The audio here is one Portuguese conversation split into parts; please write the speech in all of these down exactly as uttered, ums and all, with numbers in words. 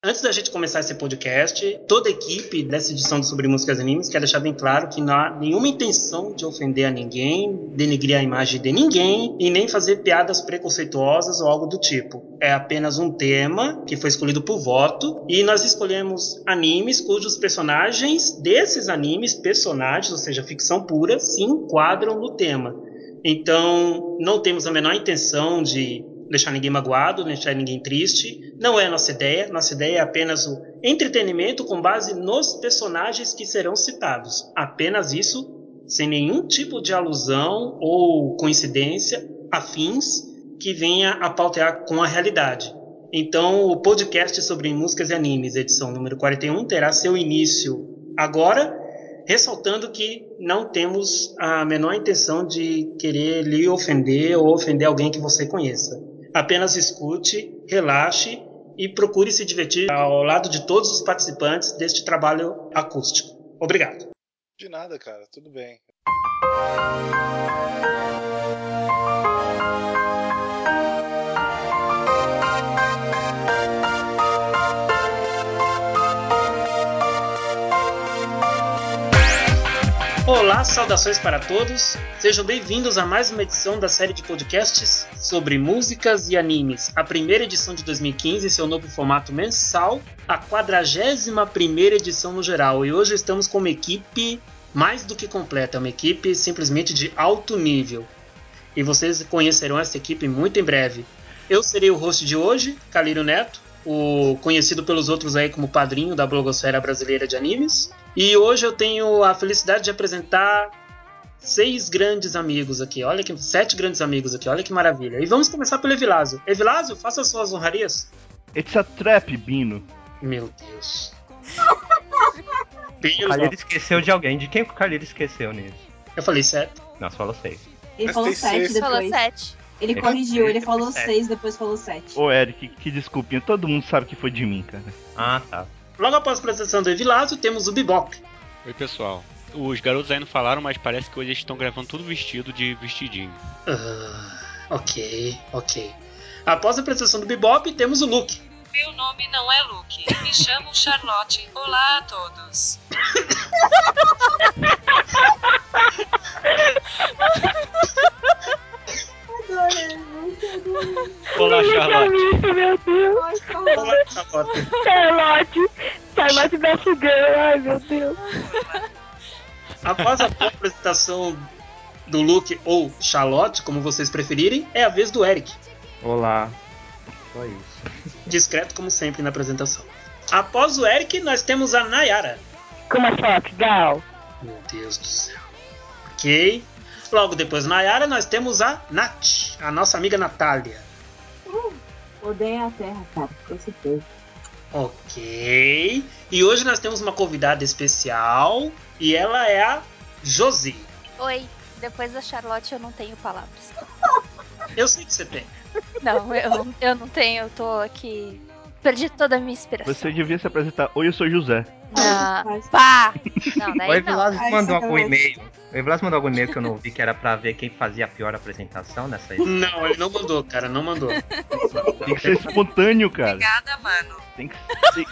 Antes da gente começar esse podcast, toda a equipe dessa edição do Sobre Músicas e Animes quer deixar bem claro que não há nenhuma intenção de ofender a ninguém, denegrir a imagem de ninguém e nem fazer piadas preconceituosas ou algo do tipo. É apenas um tema que foi escolhido por voto e nós escolhemos animes cujos personagens desses animes, personagens, ou seja, ficção pura, se enquadram no tema. Então, não temos a menor intenção de deixar ninguém magoado, deixar ninguém triste. Não é a nossa ideia. Nossa ideia é apenas o entretenimento com base nos personagens que serão citados. Apenas isso, sem nenhum tipo de alusão ou coincidência, afins que venha a pautear com a realidade. Então, o podcast sobre músicas e animes, edição número quarenta e um, terá seu início agora, ressaltando que não temos a menor intenção de querer lhe ofender ou ofender alguém que você conheça. Apenas escute, relaxe e procure se divertir ao lado de todos os participantes deste trabalho acústico. Obrigado. De nada, cara. Tudo bem. Olá, saudações para todos. Sejam bem-vindos a mais uma edição da série de podcasts sobre músicas e animes. A primeira edição de dois mil e quinze, seu novo formato mensal, a quadragésima primeira edição no geral. E hoje estamos com uma equipe mais do que completa, uma equipe simplesmente de alto nível. E vocês conhecerão essa equipe muito em breve. Eu serei o host de hoje, Calírio Neto, o conhecido pelos outros aí como padrinho da blogosfera brasileira de animes. E hoje eu tenho a felicidade de apresentar seis grandes amigos aqui. Olha que sete grandes amigos aqui. Olha que maravilha. E vamos começar pelo Evilásio. Evilásio, faça as suas honrarias. It's a trap, Bino. Meu Deus. O Calheiro esqueceu de alguém. De quem que o Calheiro esqueceu nisso? Eu falei certo. Não, você falou seis. Ele Mas falou tem sete seis. depois. Falou sete. Ele Ele corrigiu, ele falou falou sete. seis, depois falou sete. Ô, Eric, que desculpinha. Todo mundo sabe que foi de mim, cara. Ah, tá. Logo após a apresentação do Evilásio, temos o Bebop. Oi, pessoal. Os garotos aí não falaram, mas parece que hoje eles estão gravando tudo vestido de vestidinho. Uh, ok, ok. Após a apresentação do Bebop, temos o Luke. Meu nome não é Luke, me chamo Charlotte. Olá a todos. Adorei, muito adorei. Olá, Charlotte. Isso, meu Deus. Ai, Olá, Charlotte. Charlotte. Charlotte. Charlotte Best Girl. Ai, meu Deus. Após a boa apresentação do Luke ou Charlotte, como vocês preferirem, é a vez do Eric. Olá. Só isso. Discreto como sempre na apresentação. Após o Eric, nós temos a Nayara. Como é foto, Gal? Meu Deus do céu. Ok. Logo depois da Nayara, nós temos a Nath, a nossa amiga Natália. Uh, odeia a terra, cara, com certeza. Ok. E hoje nós temos uma convidada especial e ela é a Josi. Oi, depois da Charlotte eu não tenho palavras. Eu sei que você tem. Não, eu, eu não tenho, eu tô aqui. Perdi toda a minha inspiração. Você devia se apresentar. Oi, eu sou José. Ah, Mas- pá! Não, O daí não. Evilásio Ai, mandou algum sacanagem. e-mail. O Evilásio mandou algum e-mail que eu não vi, que era pra ver quem fazia a pior apresentação nessa edição. Não, ele não mandou, cara, não mandou. Tem que ser espontâneo, cara. Obrigada, mano. Tem que, tem...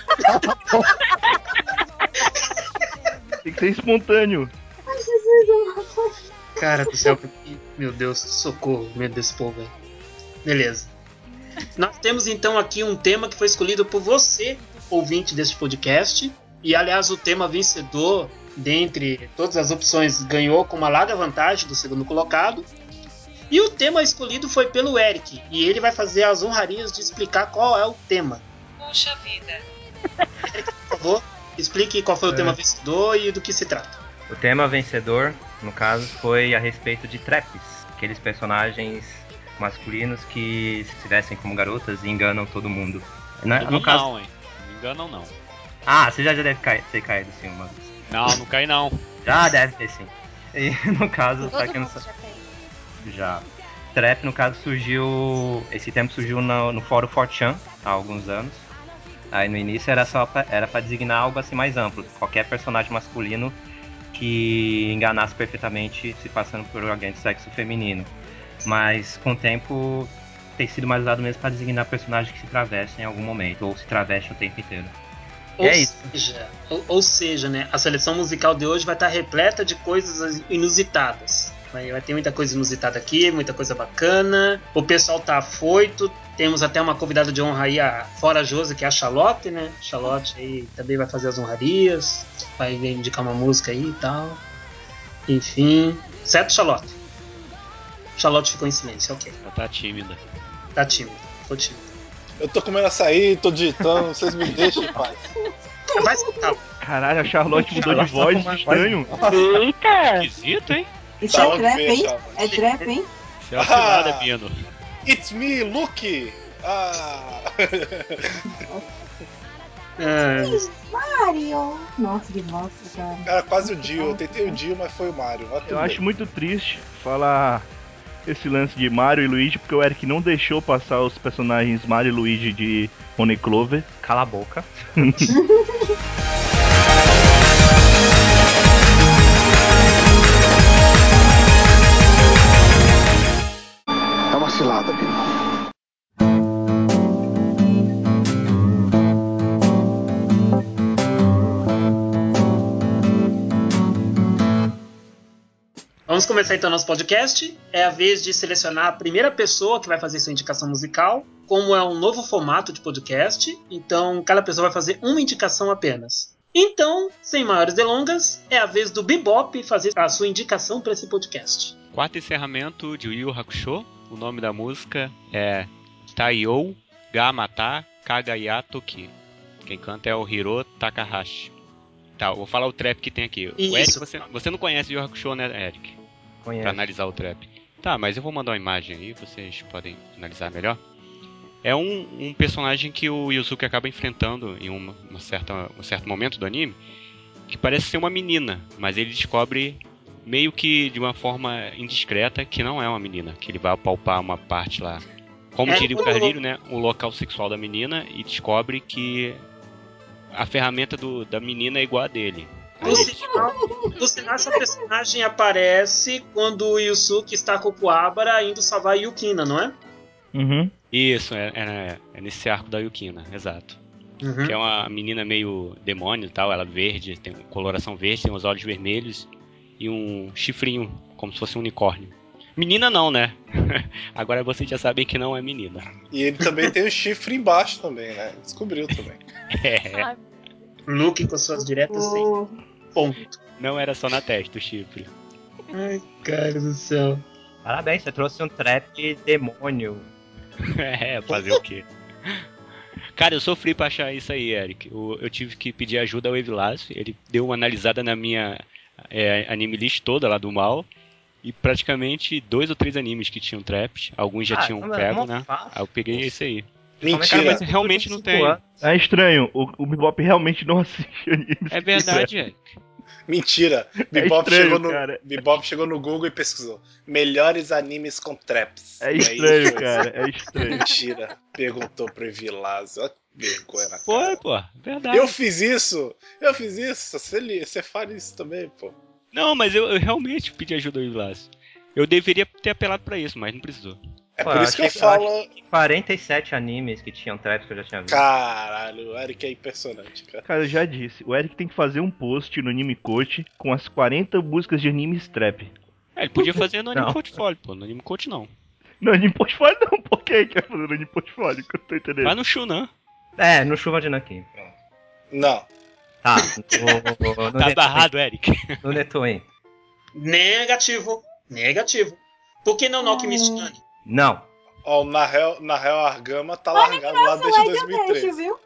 tem que ser espontâneo. Ai, Jesus, eu Cara do céu, meu Deus, socorro, medo desse povo, velho. Beleza. Nós temos então aqui um tema que foi escolhido por você, ouvinte deste podcast. E aliás, o tema vencedor, dentre todas as opções, ganhou com uma larga vantagem do segundo colocado. E o tema escolhido foi pelo Eric. E ele vai fazer as honrarias de explicar qual é o tema. Puxa vida. Eric, por favor, explique qual foi o É. tema vencedor e do que se trata. O tema vencedor, no caso, foi a respeito de traps. Aqueles personagens masculinos que se vestem como garotas e enganam todo mundo. Na- Todo no mundo caso... não, hein? Não me enganam, não. Ah, você já já deve cair- ter caído sim uma vez. Não, não cai não. Já deve ter sim. E no caso, pra Todo quem não mundo sabe... já caiu. Já. Trap, no caso, surgiu... Esse termo surgiu no, no fórum quatro chan, há alguns anos. Aí no início era só pra, era pra designar algo assim mais amplo. Qualquer personagem masculino que enganasse perfeitamente se passando por alguém de sexo feminino. Mas com o tempo tem sido mais usado mesmo pra designar personagens que se travestem em algum momento, ou se travestem o tempo inteiro. Ou é isso. seja, ou, ou seja, né, a seleção musical de hoje vai estar repleta de coisas inusitadas. Vai, vai ter muita coisa inusitada aqui, muita coisa bacana. O pessoal tá afoito. Temos até uma convidada de honra aí, a fora a Josi, que é a Charlotte, né? Charlotte aí também vai fazer as honrarias, vai indicar uma música aí e tal. Enfim. Certo, Charlotte? Charlotte ficou em silêncio, ok. Ela tá tímida. Tá tímida, ficou tímida. Eu tô comendo açaí, tô digitando, vocês me deixem em paz. Vai escutar. Caralho, a Charlotte mudou de Charlotte voz, tá com uma estranho. Eita! Esquisito, hein? Isso Da é onde trap, veio, hein? Charlotte? É trap, hein? Você é cilada, Bino. It's me, Luke! Ah! Ah, Mario! Nossa, que bosta, cara. Cara, quase o Dio. Eu tentei o Dio, mas foi o Mario. Mas tudo Eu bem. acho muito triste falar esse lance de Mario e Luigi, porque o Eric não deixou passar os personagens Mario e Luigi de Honey Clover. Cala a boca. É uma cilada, Bino. Vamos começar então nosso podcast. É a vez de selecionar a primeira pessoa que vai fazer sua indicação musical. Como é um novo formato de podcast, então cada pessoa vai fazer uma indicação apenas. Então, sem maiores delongas, é a vez do Bebop fazer a sua indicação para esse podcast. Quarto encerramento de Yu Yu Hakusho. O nome da música é Taiyo ga Mata Kagaya Toki. Quem canta é o Hiro Takahashi. Tá, eu vou falar o trap que tem aqui. Isso. O Eric, você, você não conhece Yu Yu Hakusho, né, Eric? Conheço. Pra analisar o trap. Tá, mas eu vou mandar uma imagem aí, vocês podem analisar melhor. É um, um personagem que o Yusuke acaba enfrentando em uma, uma certa, um certo momento do anime, que parece ser uma menina, mas ele descobre meio que de uma forma indiscreta que não é uma menina, que ele vai apalpar uma parte lá, como É, diria o quando- Carlírio, né, o local sexual da menina, e descobre que a ferramenta do, da menina é igual a dele. Aí Por ele sinal, por sinal, essa personagem aparece quando o Yusuke está com o Kuwabara indo salvar a Yukina, não é? Uhum. Isso, é, é, é nesse arco da Yukina, exato. Uhum. Que é uma menina meio demônio e tal, ela verde, tem coloração verde, tem os olhos vermelhos e um chifrinho, como se fosse um unicórnio. Menina não, né? Agora vocês já sabem que não é menina. E ele também tem o chifre embaixo também, né? Descobriu também. É, Ai, Luke com suas diretas sem O... ponto. não era só na testa o chifre. Ai, cara do céu. Parabéns, você trouxe um trap demônio. É, fazer o quê? Cara, eu sofri pra achar isso aí, Eric. Eu, eu tive que pedir ajuda ao Evilásio. Ele deu uma analisada na minha é, anime list toda lá do mal. E praticamente dois ou três animes que tinham traps. Alguns já Ah, tinham não é- pego, não né? fácil. Aí eu peguei esse aí. Mentira. Mas realmente não tem. É estranho, o, o Bebop realmente não assiste animes. É verdade, Eric. Mentira. Bebop, estranho, chegou no, cara. Bebop chegou no Google e pesquisou melhores animes com traps. É E aí, estranho, foi- cara, é estranho. Mentira. Perguntou pro Evilásio. Olha que vergonha na Foi, cara. pô. Verdade. Eu fiz isso. Eu fiz isso. Você, li- você faz isso também, pô. Não, mas eu, eu realmente pedi ajuda ao Evilásio. Eu deveria ter apelado pra isso, mas não precisou. É Pô, por eu isso que eu achei- eu falo. quarenta e sete animes que tinham traps que eu já tinha visto. Caralho, o Eric é impressionante, cara. Cara, eu já disse, o Eric tem que fazer um post no Anime Coach com as quarenta músicas de animes trap. É, ele podia fazer no Anime Não. Portfólio, pô. No Anime Coach não. No Anime Portfólio não, por que que vai fazer no Anime Portfólio? Que eu tô entendendo. Vai no Shunan. É, no Chuva de Nanquim. Pronto. Não. Tá, no, no, Tá Netwin. barrado, Eric. No Netwin. Negativo. Negativo. Por que não no Alchemist Nani? Não. Ó, o Nahel, Nahel Argama tá largado lá desde dois mil e Deixa, treze. viu?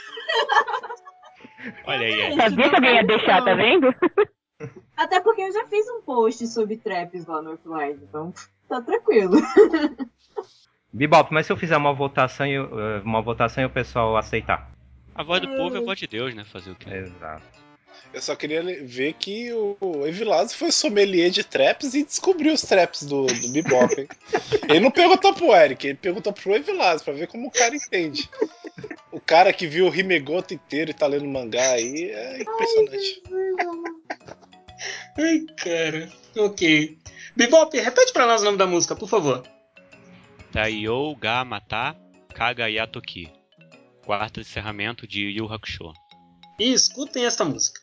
Olha aí, Eric. Sabia que alguém ia deixar, tá vendo? Até porque eu já fiz um post sobre traps lá no Offline, então tá tranquilo. Bebop, mas se eu fizer uma votação e o- eh, uma votação e o pessoal aceitar? A voz do povo é a voz de Deus, né? Fazer o quê? Exato. Eu só queria le- ver que o Evilásio foi sommelier de traps e descobriu os traps do, do Bebop, hein? Ele não perguntou pro Eric, ele perguntou pro Evilásio pra ver como o cara entende. O cara que viu o Rimegoto inteiro e tá lendo mangá aí é impressionante. Ai, cara. Ok. Bebop, repete pra nós o nome da música, por favor. Taiyo ga mata kagayatoki. Quarto encerramento de Yu Yu Hakusho. E escutem esta música.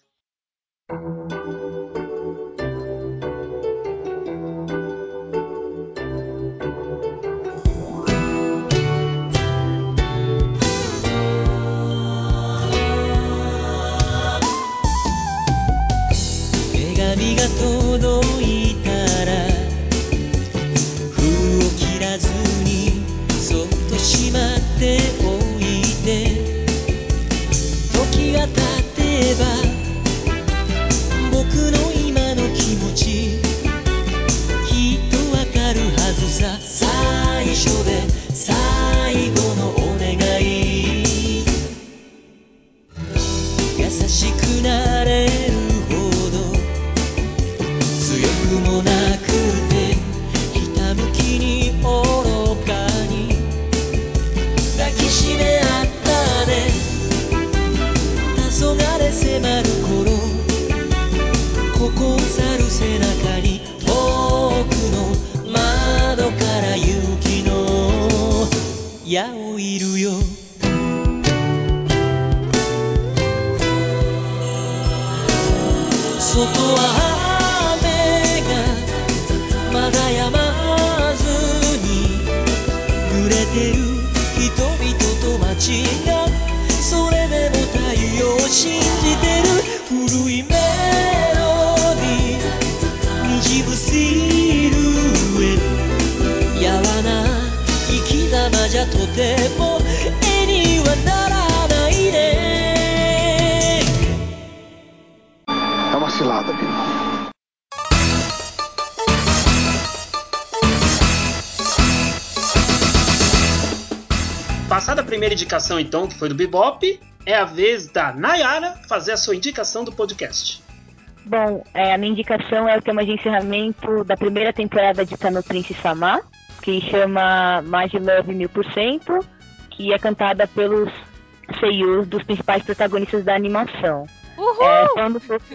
'Passada a primeira indicação, então, que foi do Bebop, é a vez da Nayara fazer a sua indicação do podcast. Bom, é, a minha indicação é o tema de encerramento da primeira temporada de Tano Prince-sama, que chama Magi Love mil por cento, que é cantada pelos seiyus dos principais protagonistas da animação. Uhul! É, falando, um pouco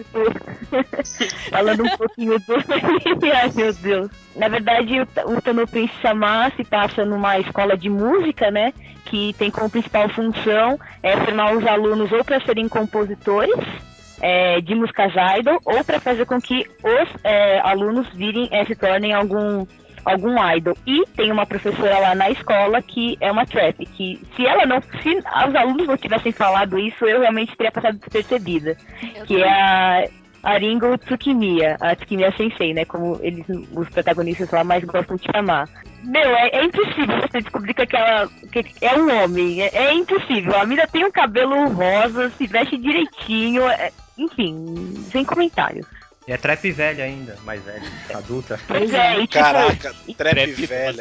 do... falando um pouquinho do... Ai, meu Deus. Na verdade, o, o Tano Prince-sama se passa numa escola de música, né? Que tem como principal função é formar os alunos ou para serem compositores é, de músicas idol, ou para fazer com que os é, alunos virem, é, se tornem algum, algum idol. E tem uma professora lá na escola que é uma trap, que se ela não, se os alunos não tivessem falado isso, eu realmente teria passado despercebida. Eu que também. É a Aringo Tsukimiya, a Tsukimiya Sensei, né, como eles, os protagonistas lá mais gostam de chamar. Meu, é, é impossível você descobrir que, aquela, que é um homem, é, é impossível. A mina tem um cabelo rosa, se veste direitinho, é, enfim, sem comentários. E é trap velha ainda, mais velha, adulta. Pois é, e tipo, Caraca, trap, trap velha.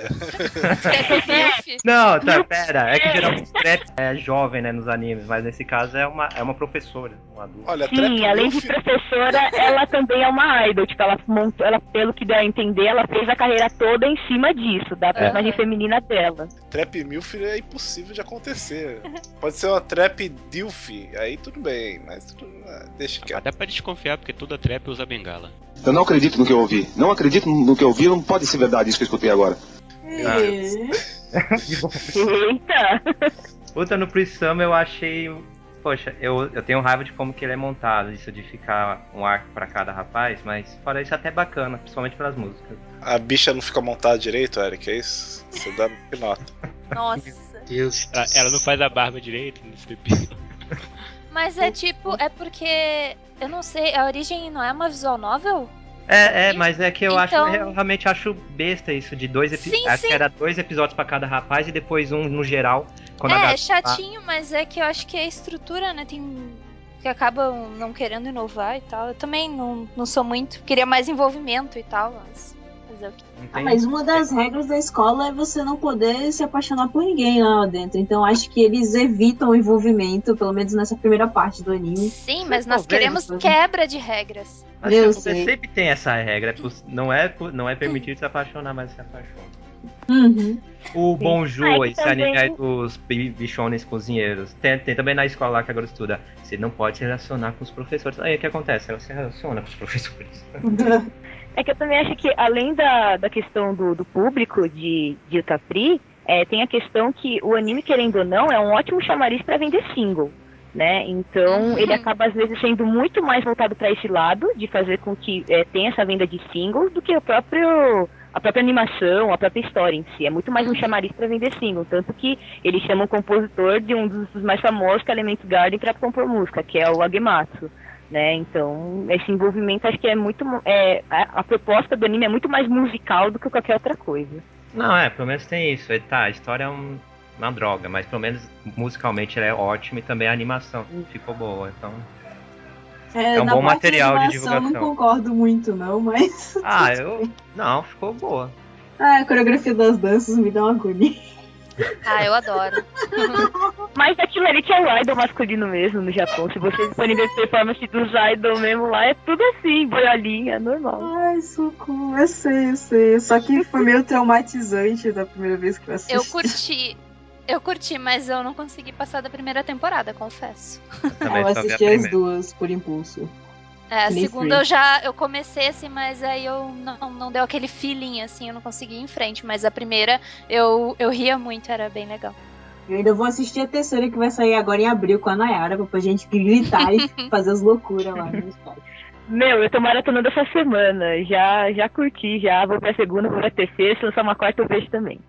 Não, tá, pera, é que geralmente trap é jovem, né, nos animes, mas nesse caso é uma, é uma professora, um adulto. Olha, sim, trap além milf... de professora, ela também é uma idol, tipo, ela montou, ela, pelo que deu a entender, ela fez a carreira toda em cima disso, da personagem Uhum. feminina dela. Trap milf é impossível de acontecer. Pode ser uma trap dilf, aí tudo bem, mas tudo... deixa Mas quieto. dá pra desconfiar, porque toda trap usa bengala. Eu não acredito no que eu ouvi. Não acredito no que eu ouvi, não pode ser verdade isso que eu escutei agora. Eita! Outra no Prisama eu achei... Poxa, eu, eu tenho raiva de como que ele é montado, isso de ficar um arco pra cada rapaz, mas fora isso até bacana, principalmente pelas músicas. A bicha não fica montada direito, Eric, é isso? Você dá que nota. Nossa. Deus. Ela, ela não faz a barba direito nesse bebê. Mas é tipo, é porque, eu não sei, a origem não é uma visual novel? É, é, mas é que eu Então- acho, eu realmente acho besta isso de dois episódios. Sim, Acho sim. que era dois episódios pra cada rapaz e depois um no geral. Quando a É, Gabi- chatinho, mas é que eu acho que é a estrutura, né, tem... que acabam não querendo inovar e tal. Eu também não, não sou muito, queria mais envolvimento e tal, mas... fazer o quê? Não Ah, tem- mas uma das regras da escola é você não poder se apaixonar por ninguém lá dentro. Então acho que eles evitam o envolvimento, pelo menos nessa primeira parte do anime. Sim, mas nós Talvez, queremos talvez. quebra de regras. Mas Eu você sei. sempre tem essa regra, é poss- não é, não é permitido se apaixonar, mas se apaixona. Uhum. O Sim. Bonjour, Ah, é que esse também- anime aí dos bi- bichones cozinheiros, tem, tem também na escola lá que agora estuda. Você não pode se relacionar com os professores. Aí o que acontece? Ela se relaciona com os professores. É que eu também acho que, além da, da questão do, do público de, de Utapri, é, tem a questão que o anime, querendo ou não, é um ótimo chamariz para vender single, né? Então, ele acaba, às vezes, sendo muito mais voltado para esse lado, de fazer com que é, tenha essa venda de singles, do que o próprio, a própria animação, a própria história em si. É muito mais um chamariz para vender single. Tanto que ele chama o compositor de um dos mais famosos, que é Element Garden, para compor música, que é o Agematsu. Né, então esse envolvimento acho que é muito é, a, a proposta do anime é muito mais musical do que qualquer outra coisa. Não, é, pelo menos tem isso. É, tá, a história é um, uma droga, mas pelo menos musicalmente ela é ótima e também a animação ficou boa, então É, é um na bom parte material de de animação eu divulgação. não concordo muito não, mas Ah, eu não, ficou boa. ah, a coreografia das danças me dá uma agonia. Ah, eu adoro. Mas aquilo ali que é o idol masculino mesmo no Japão. Se vocês forem ver performance dos idol mesmo lá, é tudo assim, boiolinha, normal. Ai, socorro, eu sei, eu sei. Só que foi meio traumatizante da primeira vez que eu assisti. Eu curti. Eu curti, mas eu não consegui passar da primeira temporada, confesso. Eu, eu assisti as duas por impulso. É, a Nem segunda free. eu já eu comecei assim, mas aí eu não, não deu aquele feeling assim, eu não consegui ir em frente. Mas a primeira eu, eu ria muito, era bem legal. Eu ainda vou assistir a terceira que vai sair agora em abril com a Nayara, pra gente gritar e fazer as loucuras lá no estádio. Meu, eu tô maratonando essa semana. Já, já curti, já. Vou pra segunda, vou pra terceira. Se lançar uma quarta, eu vejo também.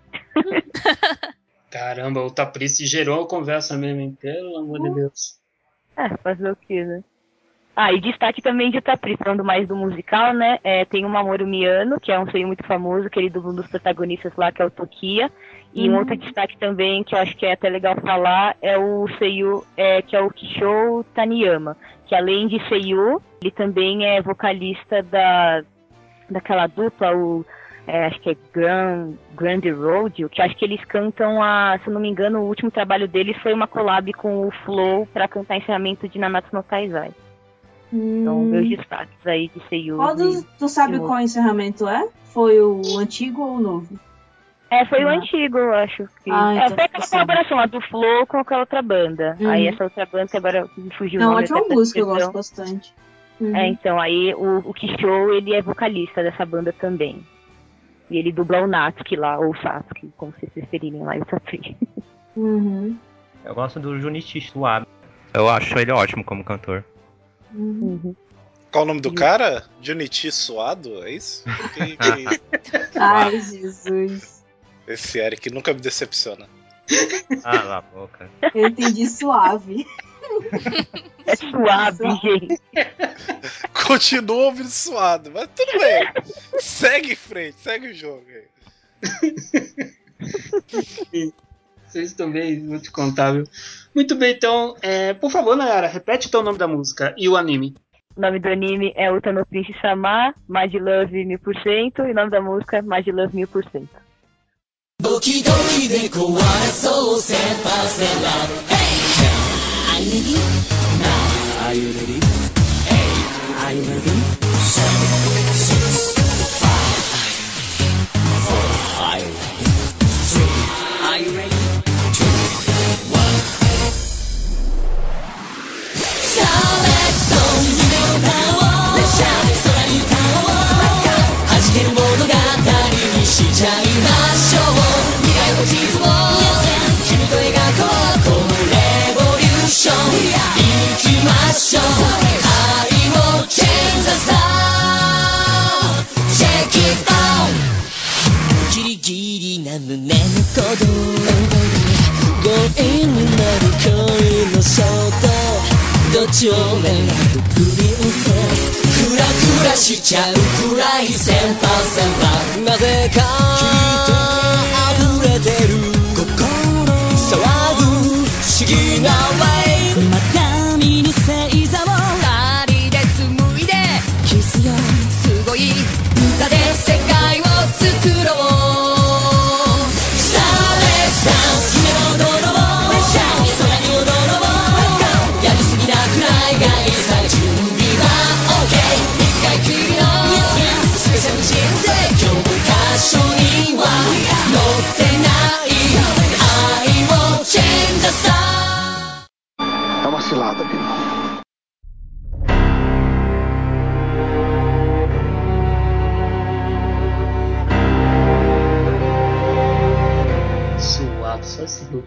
Caramba, o Taprice gerou a conversa mesmo, hein? Pelo amor de Deus. É, fazer o que, né? Ah, e destaque também de Tapri, falando mais do musical, né? É, tem o Mamoru Miyano, que é um seiyuu muito famoso, que ele dubla um dos protagonistas lá, que é o Tokia. E um Uhum. outro destaque também, que eu acho que é até legal falar, é o seiyuu, é, que é o Kishou Taniyama, que além de seiyuu, ele também é vocalista da, daquela dupla, o, é, acho que é Grand, Grand Road, que acho que eles cantam, a, se eu não me engano, o último trabalho deles foi uma collab com o Flow para cantar encerramento de Nanatsu no Taizai. Então, Hum. meus destaques aí de seiyuu. Qual dos, tu sabe qual encerramento é? Foi o antigo ou o novo? É, foi ah. o antigo, eu acho. Que... Ah, é, então foi aquela colaboração lá do Flow com aquela outra banda. Uhum. Aí essa outra banda, que agora me fugiu é o uma nome. ótima até música, eu perdão. gosto bastante. Uhum. É, então, aí o, o Kishou, ele é vocalista dessa banda também. E ele dubla o Natsuki lá, ou o Sasuke, como vocês preferirem lá, eu Tapri. Uhum. Eu gosto do Junichi Suabe. Eu acho ele ótimo como cantor. Uhum. Qual o nome do cara? Junichi Suado? É isso? Que, que... Ai, Jesus. Esse Eric nunca me decepciona. Ah, lá, boca. Eu entendi suave. É suave, Suave. gente. Continua ouvindo suado, mas tudo bem. Segue em frente, segue o jogo aí. Vocês também, vou te contar, viu? Muito bem, então, é, por favor, Nayara, repete então o nome da música e o anime. O nome do anime é Uta no Prince Sama, Mad Love mil por cento, e o nome da música é Mad Love mil por cento.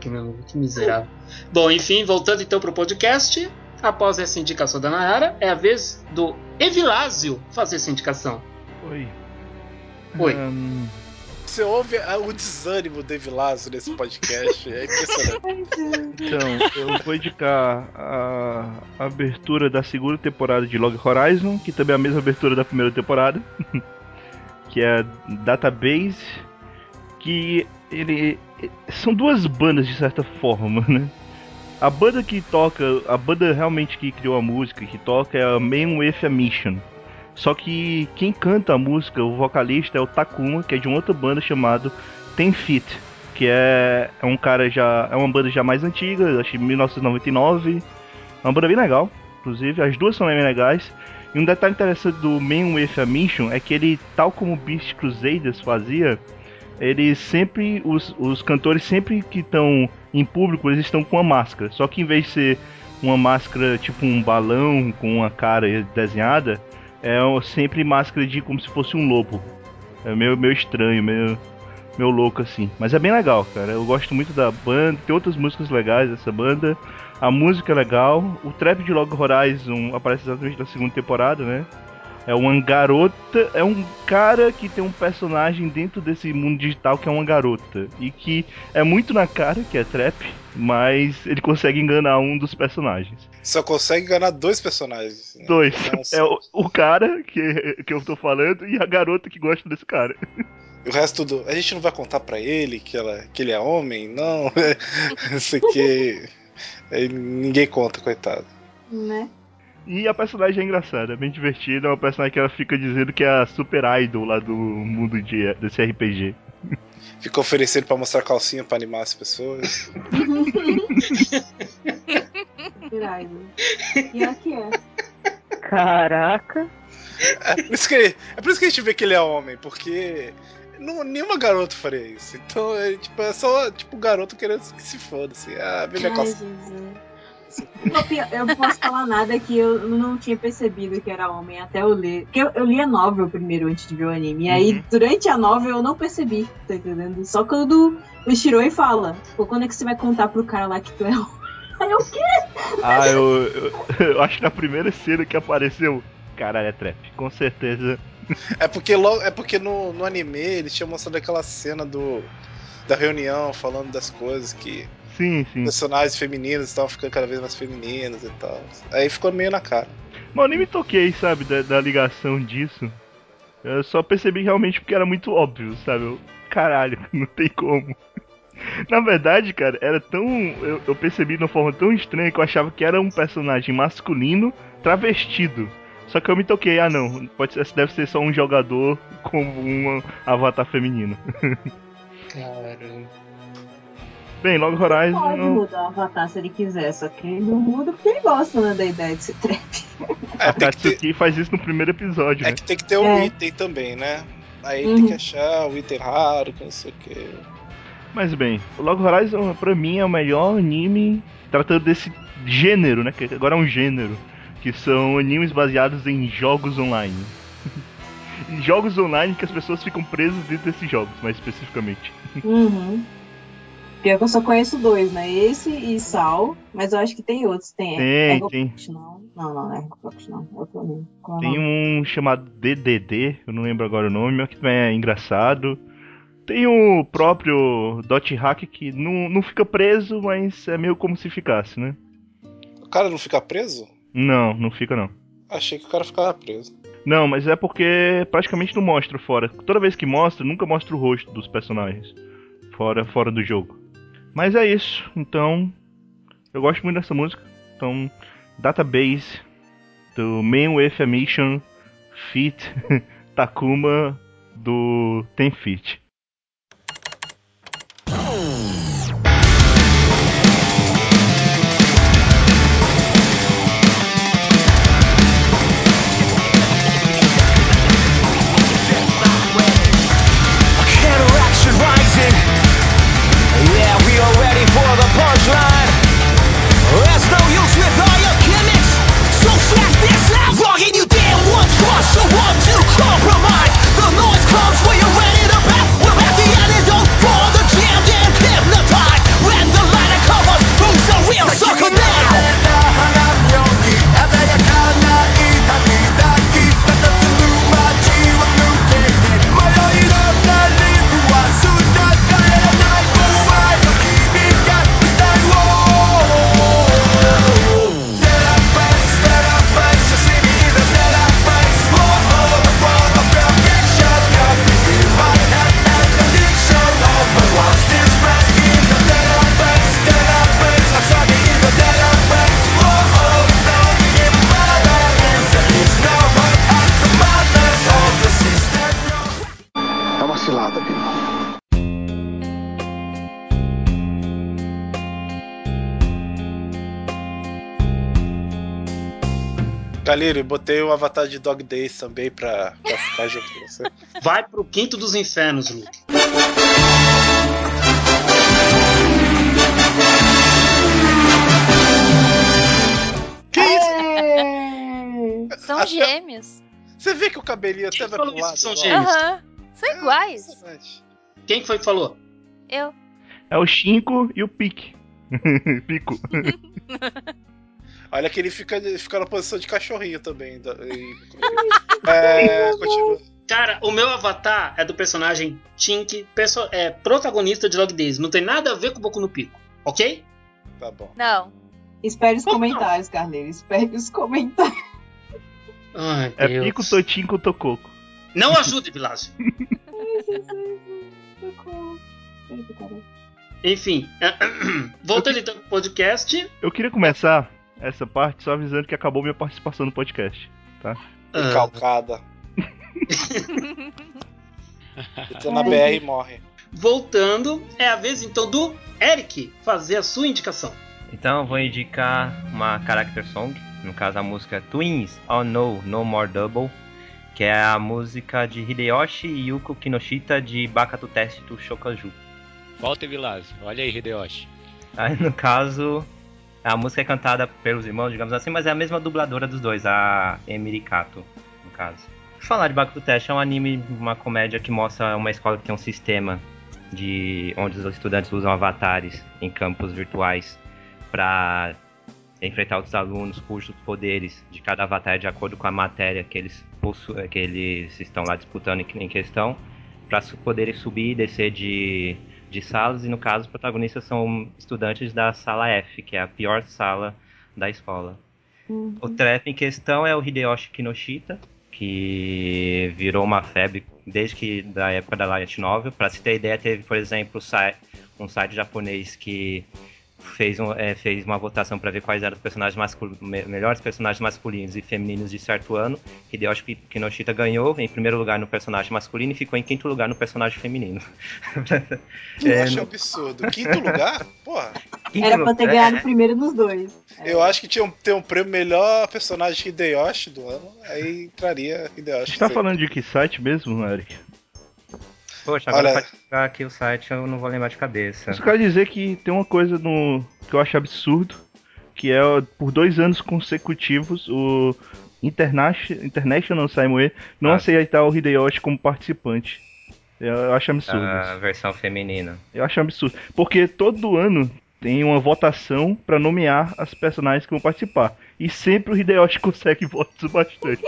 que, meu, que miserável. Bom, enfim, voltando então pro podcast. Após essa indicação da Nayara, é a vez do Evilásio fazer essa indicação. Oi. Oi. Um... Você ouve o desânimo do Evilásio nesse podcast, é impressionante. Então, eu vou indicar a abertura da segunda temporada de Log Horizon, que também é a mesma abertura da primeira temporada, que é Database, que ele... são duas bandas de certa forma, né? A banda que toca, a banda realmente que criou a música, que toca é a Man with a Mission. Só que quem canta a música, o vocalista é o Takuma, que é de uma outra banda chamada Ten Feet, que é, é um cara já, é uma banda já mais antiga, acho que mil novecentos e noventa e nove. É uma banda bem legal, inclusive, as duas são bem legais. E um detalhe interessante do Man with a Mission é que ele, tal como o Beast Crusaders fazia, eles sempre, os, os cantores sempre que estão em público, eles estão com uma máscara. Só que em vez de ser uma máscara tipo um balão com uma cara desenhada, é sempre máscara de como se fosse um lobo. É meio, meio estranho, meio, meio louco assim. Mas é bem legal, cara. Eu gosto muito da banda, tem outras músicas legais dessa banda. A música é legal. O trap de Log Horizon aparece exatamente na segunda temporada, né? É uma garota, é um cara que tem um personagem dentro desse mundo digital que é uma garota. E que é muito na cara que é trap, mas ele consegue enganar um dos personagens. Só consegue enganar dois personagens. Né? Dois. Nossa. É o, o cara que, que eu tô falando e a garota que gosta desse cara. E o resto do... A gente não vai contar pra ele que, ela, que ele é homem? Não. Isso aqui... Ninguém conta, coitado. Né? E a personagem é engraçada, é bem divertida. É uma personagem que ela fica dizendo que é a super idol lá do mundo de, desse R P G. Fica oferecendo pra mostrar calcinha pra animar as pessoas. E aqui é. Caraca. É por, isso que, é por isso que a gente vê que ele é homem, porque não, nenhuma garota faria isso. Então é, tipo, é só tipo garoto querendo que se foda. Assim. Ah, vê minha calcinha. Eu não posso falar nada que eu não tinha percebido que era homem até eu ler. Porque eu, eu li a novel primeiro antes de ver o anime. E aí, uhum. durante a novel, eu não percebi, tá entendendo? Só quando o Shiroi fala, pô, quando é que você vai contar pro cara lá que tu é homem? Aí eu, o quê? Ah, eu, eu, eu acho que na primeira cena que apareceu, caralho, é trap, com certeza. É porque, logo, é porque no, no anime eles tinham mostrado aquela cena do, da reunião falando das coisas que. Sim, sim. Personagens femininos estavam ficando cada vez mais femininos e tal. Aí ficou meio na cara. Mas eu nem me toquei, sabe, da, da ligação disso. Eu só percebi realmente porque era muito óbvio, sabe? Eu, caralho, não tem como. Na verdade, cara, era tão... Eu, eu percebi de uma forma tão estranha que eu achava que era um personagem masculino travestido. Só que eu me toquei, ah não, pode ser, deve ser só um jogador com um avatar feminino. Caramba. Bem, Log Horizon... Ele pode mudar o avatar se ele quiser, só que ele não muda porque ele gosta, né, da ideia de ser trap. É, a Katsuki ter... faz isso no primeiro episódio, é né? É que tem que ter um é. item também, né? Aí uhum. tem que achar o item raro, que não sei o que. Mas bem, o Log Horizon pra mim é o melhor anime tratando desse gênero, né? Que agora é um gênero. Que são animes baseados em jogos online. Jogos online que as pessoas ficam presas dentro desses jogos, mais especificamente. Uhum. Pior que eu só conheço dois, né? Esse e Sal, mas eu acho que tem outros. Tem, tem, Ego tem. Não, não, não, não é Ego não. É outro anime. Qual tem um chamado D D D, eu não lembro agora o nome, mas que também é engraçado. Tem o próprio Dot Hack que não, não fica preso, mas é meio como se ficasse, né? O cara não fica preso? Não, não fica não. Achei que o cara ficava preso. Não, mas é porque praticamente não mostra fora. Toda vez que mostra, nunca mostra o rosto dos personagens. Fora, fora do jogo. Mas é isso, então eu gosto muito dessa música. Então, Database do Man with a Mission feat. Takuma do Ten Feet. Counteraction rising. Yeah, we are ready for the punchline. There's no use with all your gimmicks. So slap this out. Vlogging you damn once, crush, so one to compromise. The noise comes when you're ready to back. Calírio, botei o avatar de Dog Days também pra, pra ficar junto com você. Vai pro quinto dos infernos, Luke. Que isso? São Até- gêmeos. Você vê que o cabelinho até Quem vai falou pro lado. que são igual? gêmeos? Aham. São iguais. Impressionante. Quem foi que falou? Eu. É o Shinko e o Pique. Pico. Olha que ele fica, ele fica na posição de cachorrinho também. da- e- É, continua. Cara, o meu avatar é do personagem Tink, perso- é protagonista de Log Days. Não tem nada a ver com o Boku no Pico, ok? Tá bom. Não. Espere os comentários, Carneiro. Espere os comentários. Ai, É Deus. Pico, Totinco, Tococo. Não ajude, Vilásio. Enfim, voltando então pro podcast. Eu queria começar essa parte só avisando que acabou minha participação no podcast, tá? ah, Calcada. Entra na B R e morre. voltando, é a vez então do Eric fazer a sua indicação. Então eu vou indicar uma character song, no caso a música Twins, Oh No, No More Double, que é a música de Hideyoshi Yuko Kinoshita de Bakatu Testo Shokaju. Volta, Vilásio. Olha aí, Hideyoshi. Aí no caso, a música é cantada pelos irmãos, digamos assim, mas é a mesma dubladora dos dois, a Emiri Kato, no caso. Por falar de Bakatu Testo, é um anime, uma comédia que mostra uma escola que tem um sistema de onde os estudantes usam avatares em campos virtuais para enfrentar outros alunos cujos poderes de cada avatar é de acordo com a matéria que eles, possu- que eles estão lá disputando em, em questão, para poderem subir e descer de, de salas, e no caso os protagonistas são estudantes da sala F, que é a pior sala da escola. Uhum. O trap em questão é o Hideyoshi Kinoshita, que virou uma febre desde que da época da Light Novel. Para se ter ideia, teve, por exemplo, um site japonês que fez, um, é, fez uma votação para ver quais eram os personagens masculinos, melhores personagens masculinos e femininos de certo ano. Hideyoshi Kinoshita ganhou em primeiro lugar no personagem masculino e ficou em quinto lugar no personagem feminino. Eu É, acho no- absurdo. Quinto lugar? Porra. quinto Era pra ter lugar- ganhado é, primeiro nos dois. Eu acho que tinha um, ter um prêmio melhor personagem Hideyoshi do ano. Aí entraria Hideyoshi. Você tá sim. falando de que site mesmo, Eric? Poxa, agora Olha- pra pegar aqui o site eu não vou lembrar de cabeça. Eu só quero dizer que tem uma coisa no que eu acho absurdo, que é ó, por dois anos consecutivos o International, International Saimue não Ah. aceitar o Hideyoshi como participante. Eu, eu acho absurdo A isso. versão feminina. Eu acho absurdo. Porque todo ano tem uma votação pra nomear as personagens que vão participar. E sempre o Hideyoshi consegue votos bastante.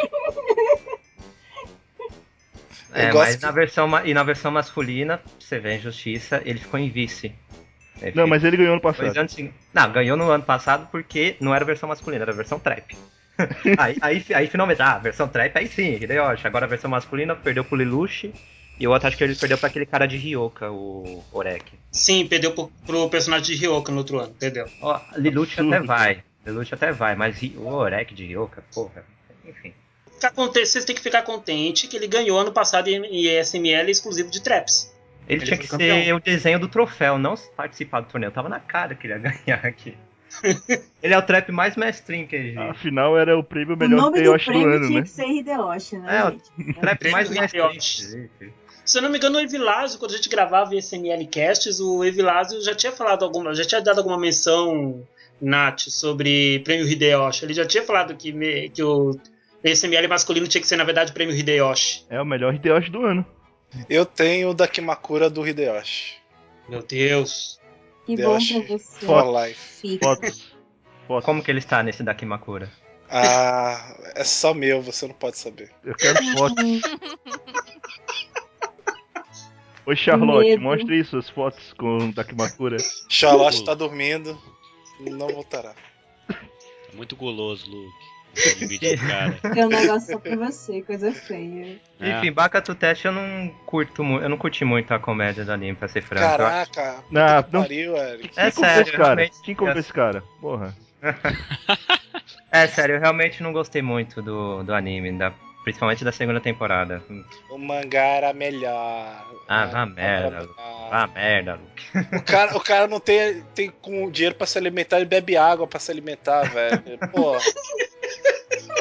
É, gosto mas que- na versão, ma- e na versão masculina, você vê a injustiça, ele ficou em vice. Ele Não, ficou mas ele ganhou no dois passado. anos seguidos. Não, ganhou no ano passado porque não era a versão masculina, era a versão trap. aí, aí, aí finalmente, ah, a versão trap aí sim, Hideyoshi. Agora a versão masculina perdeu pro Lelouch e o outro acho que ele perdeu pra aquele cara de Ryoka, o Orek. Sim, perdeu pro, pro personagem de Ryoka no outro ano, perdeu. Ó, Lelouch Absurdo. até vai, Lelouch até vai, mas Ri- o Orek de Ryoka, porra, enfim. Ficar conte- Vocês têm que ficar contente que ele ganhou ano passado em em E S M L exclusivo de Traps. Ele, Ele tinha foi que campeão. ser o desenho do troféu, não participar do torneio. Tava na cara que ele ia ganhar aqui. Ele é o trap mais mestrinho que existe. Afinal, era o prêmio O melhor nome do Hideyoshi do prêmio ano, tinha né? que ser Hideyoshi, né, É, o gente? trap Prêmio mais mestrinho que Hideyoshi. existe. Se eu não me engano, o Evilásio, quando a gente gravava o E S M L Casts, o Evilásio já tinha falado alguma, já tinha dado alguma menção, Nath, sobre prêmio Hideyoshi. Ele já tinha falado que, me- que o E S M L masculino tinha que ser, na verdade, o prêmio Hideyoshi. É o melhor Hideyoshi do ano. Eu tenho o Dakimakura do Hideyoshi. Meu Deus. Que bom Hideyoshi pra você. for life. Fica. Fotos. Fotos. Como que ele está nesse Dakimakura? Ah, é só meu, você não pode saber. Eu quero fotos. Oi, Charlotte, medo. mostre aí suas fotos com o Dakimakura. Charlotte tá dormindo, não voltará. Tá muito guloso, Luke. Esse vídeo do cara. Tem um negócio só pra você, coisa feia. É. Enfim, Bakatu Test eu não curto muito, eu não curti muito a comédia do anime, pra ser franco. Caraca, puta Não, que não- pariu, Eric. É Quem comprou sério, esse cara? realmente. Quem comprou esse cara? Porra. É sério, eu realmente não gostei muito do, do anime, da, principalmente da segunda temporada. O mangá era melhor. Ah, O vá mangá merda, era Luke. melhor. Ah, merda, Luke. O cara, o cara não tem, tem com dinheiro pra se alimentar, ele bebe água pra se alimentar, velho. Pô.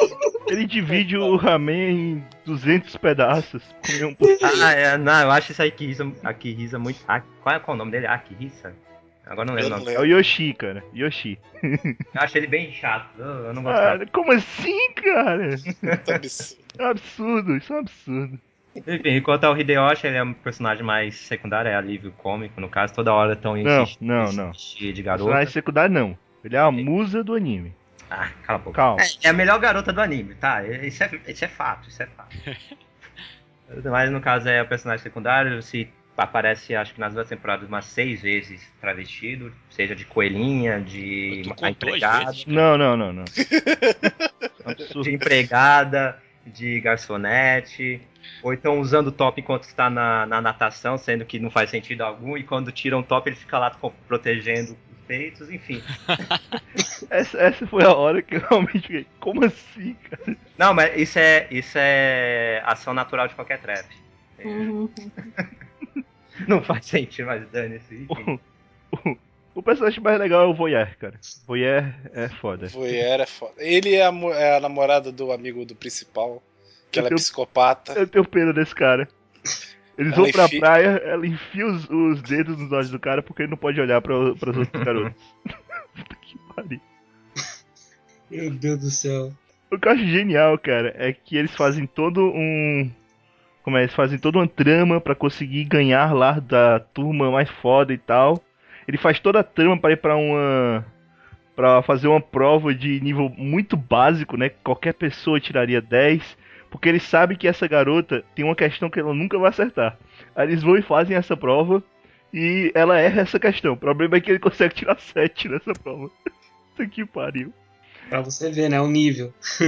Ele divide o ramen em duzentos pedaços. Comer um pouquinho. Ah, é, não, eu acho isso aí Akihisa, Akihisa muito. Ah, qual é qual é o nome dele? Akihisa? Agora não lembro o nome. É o Yoshi, cara. Yoshi. Eu acho ele bem chato, eu, eu não gostava. Cara, como assim, cara? Absurdo. É um absurdo, isso é um absurdo. Enfim, enquanto ao Hideyoshi, ele é um personagem mais secundário, é alívio cômico, no caso, toda hora estão Não, insistindo não, não. de garota. Personagem secundário não. Ele é a musa do anime. Ah, cala a boca. Calma. É, é a melhor garota do anime, tá? Isso é, isso é fato, isso é fato. Mas no caso é o personagem secundário, se aparece acho que nas duas temporadas umas seis vezes travestido, seja de coelhinha, de Tu a empregada, vezes, cara? Não, não, não, não. Absurdo. de empregada, de garçonete, ou então usando o top enquanto está na, na natação, sendo que não faz sentido algum, e quando tiram o top ele fica lá protegendo os peitos, enfim. Essa, essa foi a hora que eu realmente fiquei. Como assim, cara? Não, mas isso é, isso é ação natural de qualquer trap. Uhum. Não faz sentido, mas dane-se. Enfim. O, o, o personagem mais legal é o Voyeur, cara. Voyeur é foda. Voyeur é foda. Ele é a, mu- é a namorada do amigo do principal, que Eu ela é tenho- psicopata. Eu tenho pena desse cara. Eles Ela vão pra enfia- praia, ela enfia os, os dedos nos olhos do cara porque ele não pode olhar pra, pras outras garotas. Puta que pariu. Meu Deus do céu. O que eu acho genial, cara, é que eles fazem todo um. Como é? Eles fazem toda uma trama pra conseguir ganhar lá da turma mais foda e tal. Ele faz toda a trama pra ir pra uma. Pra fazer uma prova de nível muito básico, né? Que qualquer pessoa tiraria dez. Porque eles sabem que essa garota tem uma questão que ela nunca vai acertar. Aí eles vão e fazem essa prova. E ela erra essa questão. O problema é que ele consegue tirar sete nessa prova. Puta que pariu. Pra você ver, né? O nível.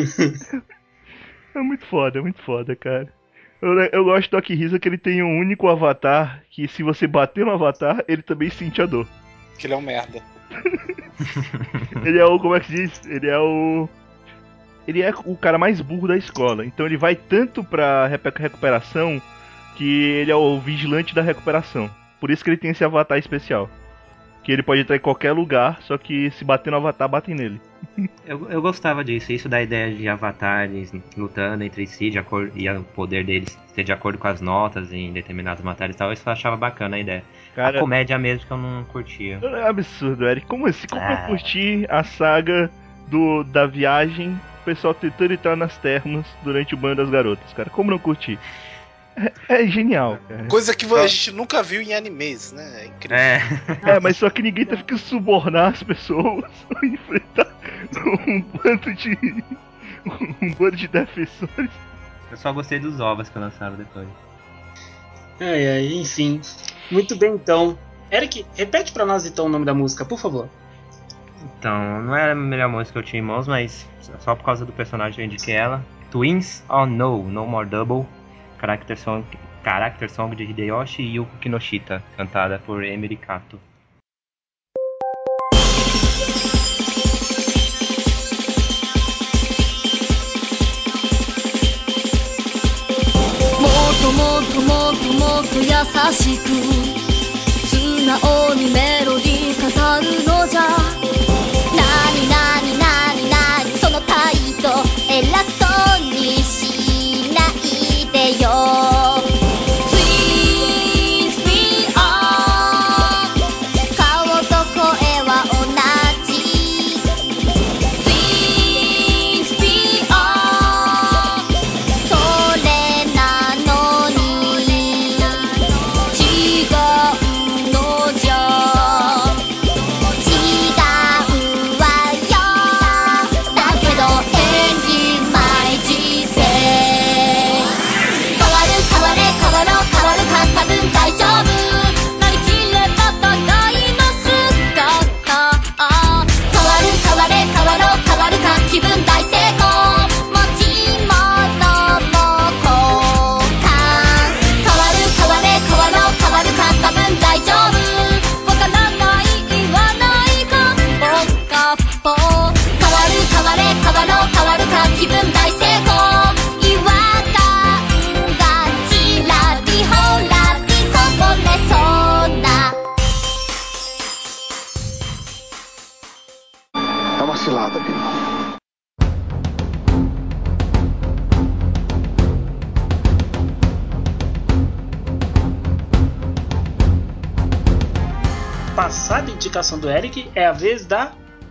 É muito foda, é muito foda, cara. Eu, eu gosto do Akihisa que ele tem um único avatar que se você bater no avatar, ele também sente a dor. Que ele é um merda. Ele é o, como é que se diz? Ele é o... Ele é o cara mais burro da escola. Então ele vai tanto pra recu- recuperação que ele é o vigilante da recuperação. Por isso que ele tem esse avatar especial. Que ele pode entrar em qualquer lugar, só que se bater no avatar, batem nele. Eu, eu gostava disso, isso da ideia de avatares lutando entre si de acordo, e o poder deles ser de acordo com as notas em determinadas matérias e tal, isso eu achava bacana a ideia. Cara, A comédia mesmo que eu não curtia. é absurdo, Eric. Como assim? Como Ah. eu curti a saga do, da viagem, o pessoal tentando entrar nas termas durante o banho das garotas, cara? Como não curti? É, é genial, cara. Coisa que a gente nunca viu em animes, né? É incrível. É. É, mas só que ninguém teve que subornar as pessoas ou enfrentar um bando de. um bando de defensores. Eu só gostei dos ovos que lançaram depois. Ai, ai, enfim. Muito bem, então. Eric, repete pra nós então o nome da música, por favor. Então, não era a melhor música que eu tinha em mãos, mas só por causa do personagem eu indiquei ela. Twins, Oh No, No More Double. Character Song, character song de Hideyoshi e Yuko Kinoshita, cantada por Emiri Kato. もっともっともっともっと優しく素直にメロディー語るのじゃなになになになにその態度偉そうにしないでよ Please be on 顔と声は同じ Please be on それなのに違うのじゃ違 passada a indicação do Eric, é a vez da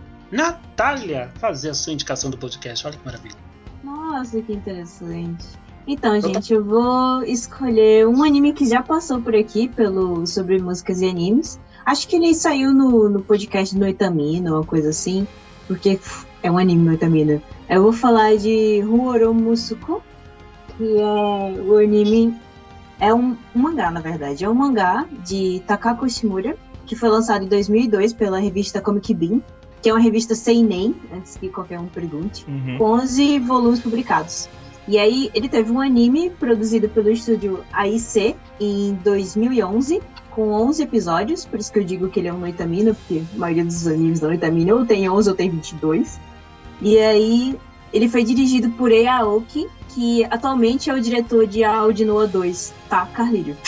Natália fazer a sua indicação do podcast. Olha que maravilha. Nossa, que interessante. Então, gente, eu vou escolher um anime que já passou por aqui pelo sobre músicas e animes. Acho que ele saiu no, no podcast do Itamina, ou uma coisa assim, porque é um anime no Itamina. Eu vou falar de Ruoro Musuko, que é o anime... É um, um mangá, na verdade. É um mangá de Takako Shimura, que foi lançado em dois mil e dois pela revista Comic Bean, que é uma revista seinen, antes que qualquer um pergunte, Uhum. com onze volumes publicados. E aí, ele teve um anime produzido pelo estúdio A I C em dois mil e onze, com onze episódios, por isso que eu digo que ele é um Noitamina, porque a maioria dos animes da Noitamina ou tem onze ou tem vinte e dois. E aí, ele foi dirigido por Ei Aoki, que atualmente é o diretor de Audinoa dois, tá, Carlírio?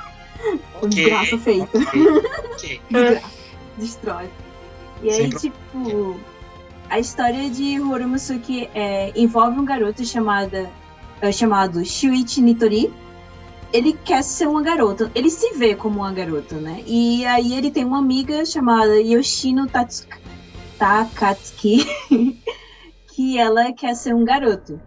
Ok, Graça feita. ok. Graça. Destrói. E aí, Sempre- tipo... A história de Horumusuki é, envolve um garoto chamada, é, chamado Shuichi Nitori. Ele quer ser uma garota. Ele se vê como uma garota, né? E aí ele tem uma amiga chamada Yoshino Tatsuka, Takatsuki, que ela quer ser um garoto.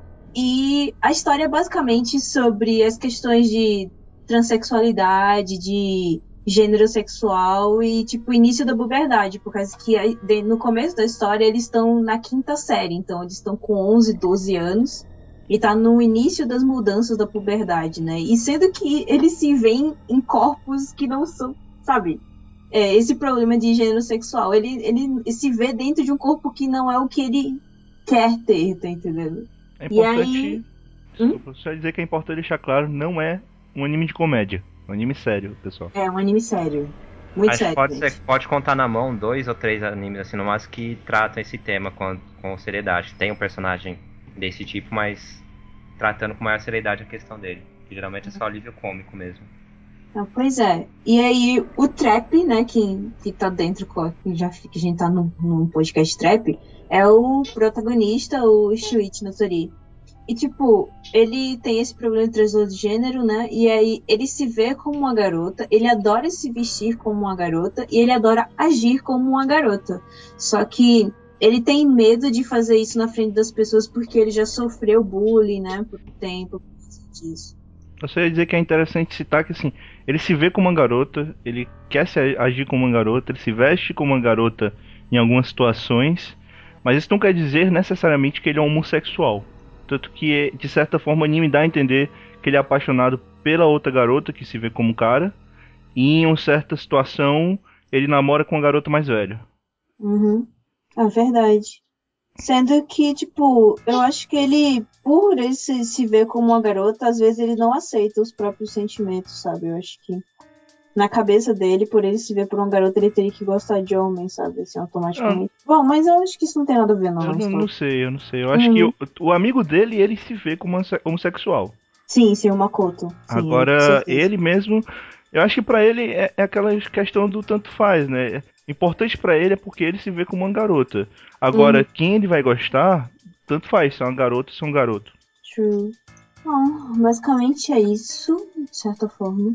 E a história é basicamente sobre as questões de transexualidade, de gênero sexual e, tipo, início da puberdade, por causa que aí, de- no começo da história eles estão na quinta série, então eles estão com onze, doze anos e tá no início das mudanças da puberdade, né? E sendo que eles se veem em corpos que não são, sabe? É, esse problema de gênero sexual, ele, ele se vê dentro de um corpo que não é o que ele quer ter, tá entendendo? É E importante. aí... Desculpa, só dizer que é importante deixar claro, não é um anime de comédia. É um anime sério, pessoal. É um anime sério. Muito Acho que sério. pode, gente. ser, pode contar na mão dois ou três animes assim no máximo que tratam esse tema com, com seriedade. Tem um personagem desse tipo, mas tratando com maior seriedade a questão dele. Que geralmente é só alívio cômico mesmo. Ah, pois é. E aí, o Trap, né, que, que tá dentro, que, já, que a gente tá num, num podcast Trap, é o protagonista, o Shuichi Notori. E, tipo, ele tem esse problema de transgênero, né? E aí ele se vê como uma garota, ele adora se vestir como uma garota e ele adora agir como uma garota. Só que ele tem medo de fazer isso na frente das pessoas porque ele já sofreu bullying, né? Por um tempo, por causa disso. Eu só ia dizer que é interessante citar que assim, ele se vê como uma garota, ele quer se agir como uma garota, ele se veste como uma garota em algumas situações, mas isso não quer dizer necessariamente que ele é homossexual. Tanto que, de certa forma, o anime dá a entender que ele é apaixonado pela outra garota que se vê como cara, e em uma certa situação ele namora com uma garota mais velha. Uhum. É verdade. Sendo que, tipo, eu acho que ele, por ele se, se ver como uma garota, às vezes ele não aceita os próprios sentimentos, sabe? Eu acho que na cabeça dele, por ele se ver por uma garota, ele teria que gostar de homem, sabe? Assim, automaticamente. Bom, mas eu acho que isso não tem nada a ver, não, Eu na não, história. não sei, eu não sei. Eu acho que Uhum. o, o amigo dele, ele se vê como homosse- homossexual. Sim, sim, o Makoto. Sim, Agora, com certeza. ele mesmo, eu acho que pra ele é, é aquela questão do tanto faz, né? Importante pra ele é porque ele se vê como uma garota. Agora, Uhum. quem ele vai gostar, tanto faz, se é uma garota ou se é um garoto. True. Bom, basicamente é isso, de certa forma.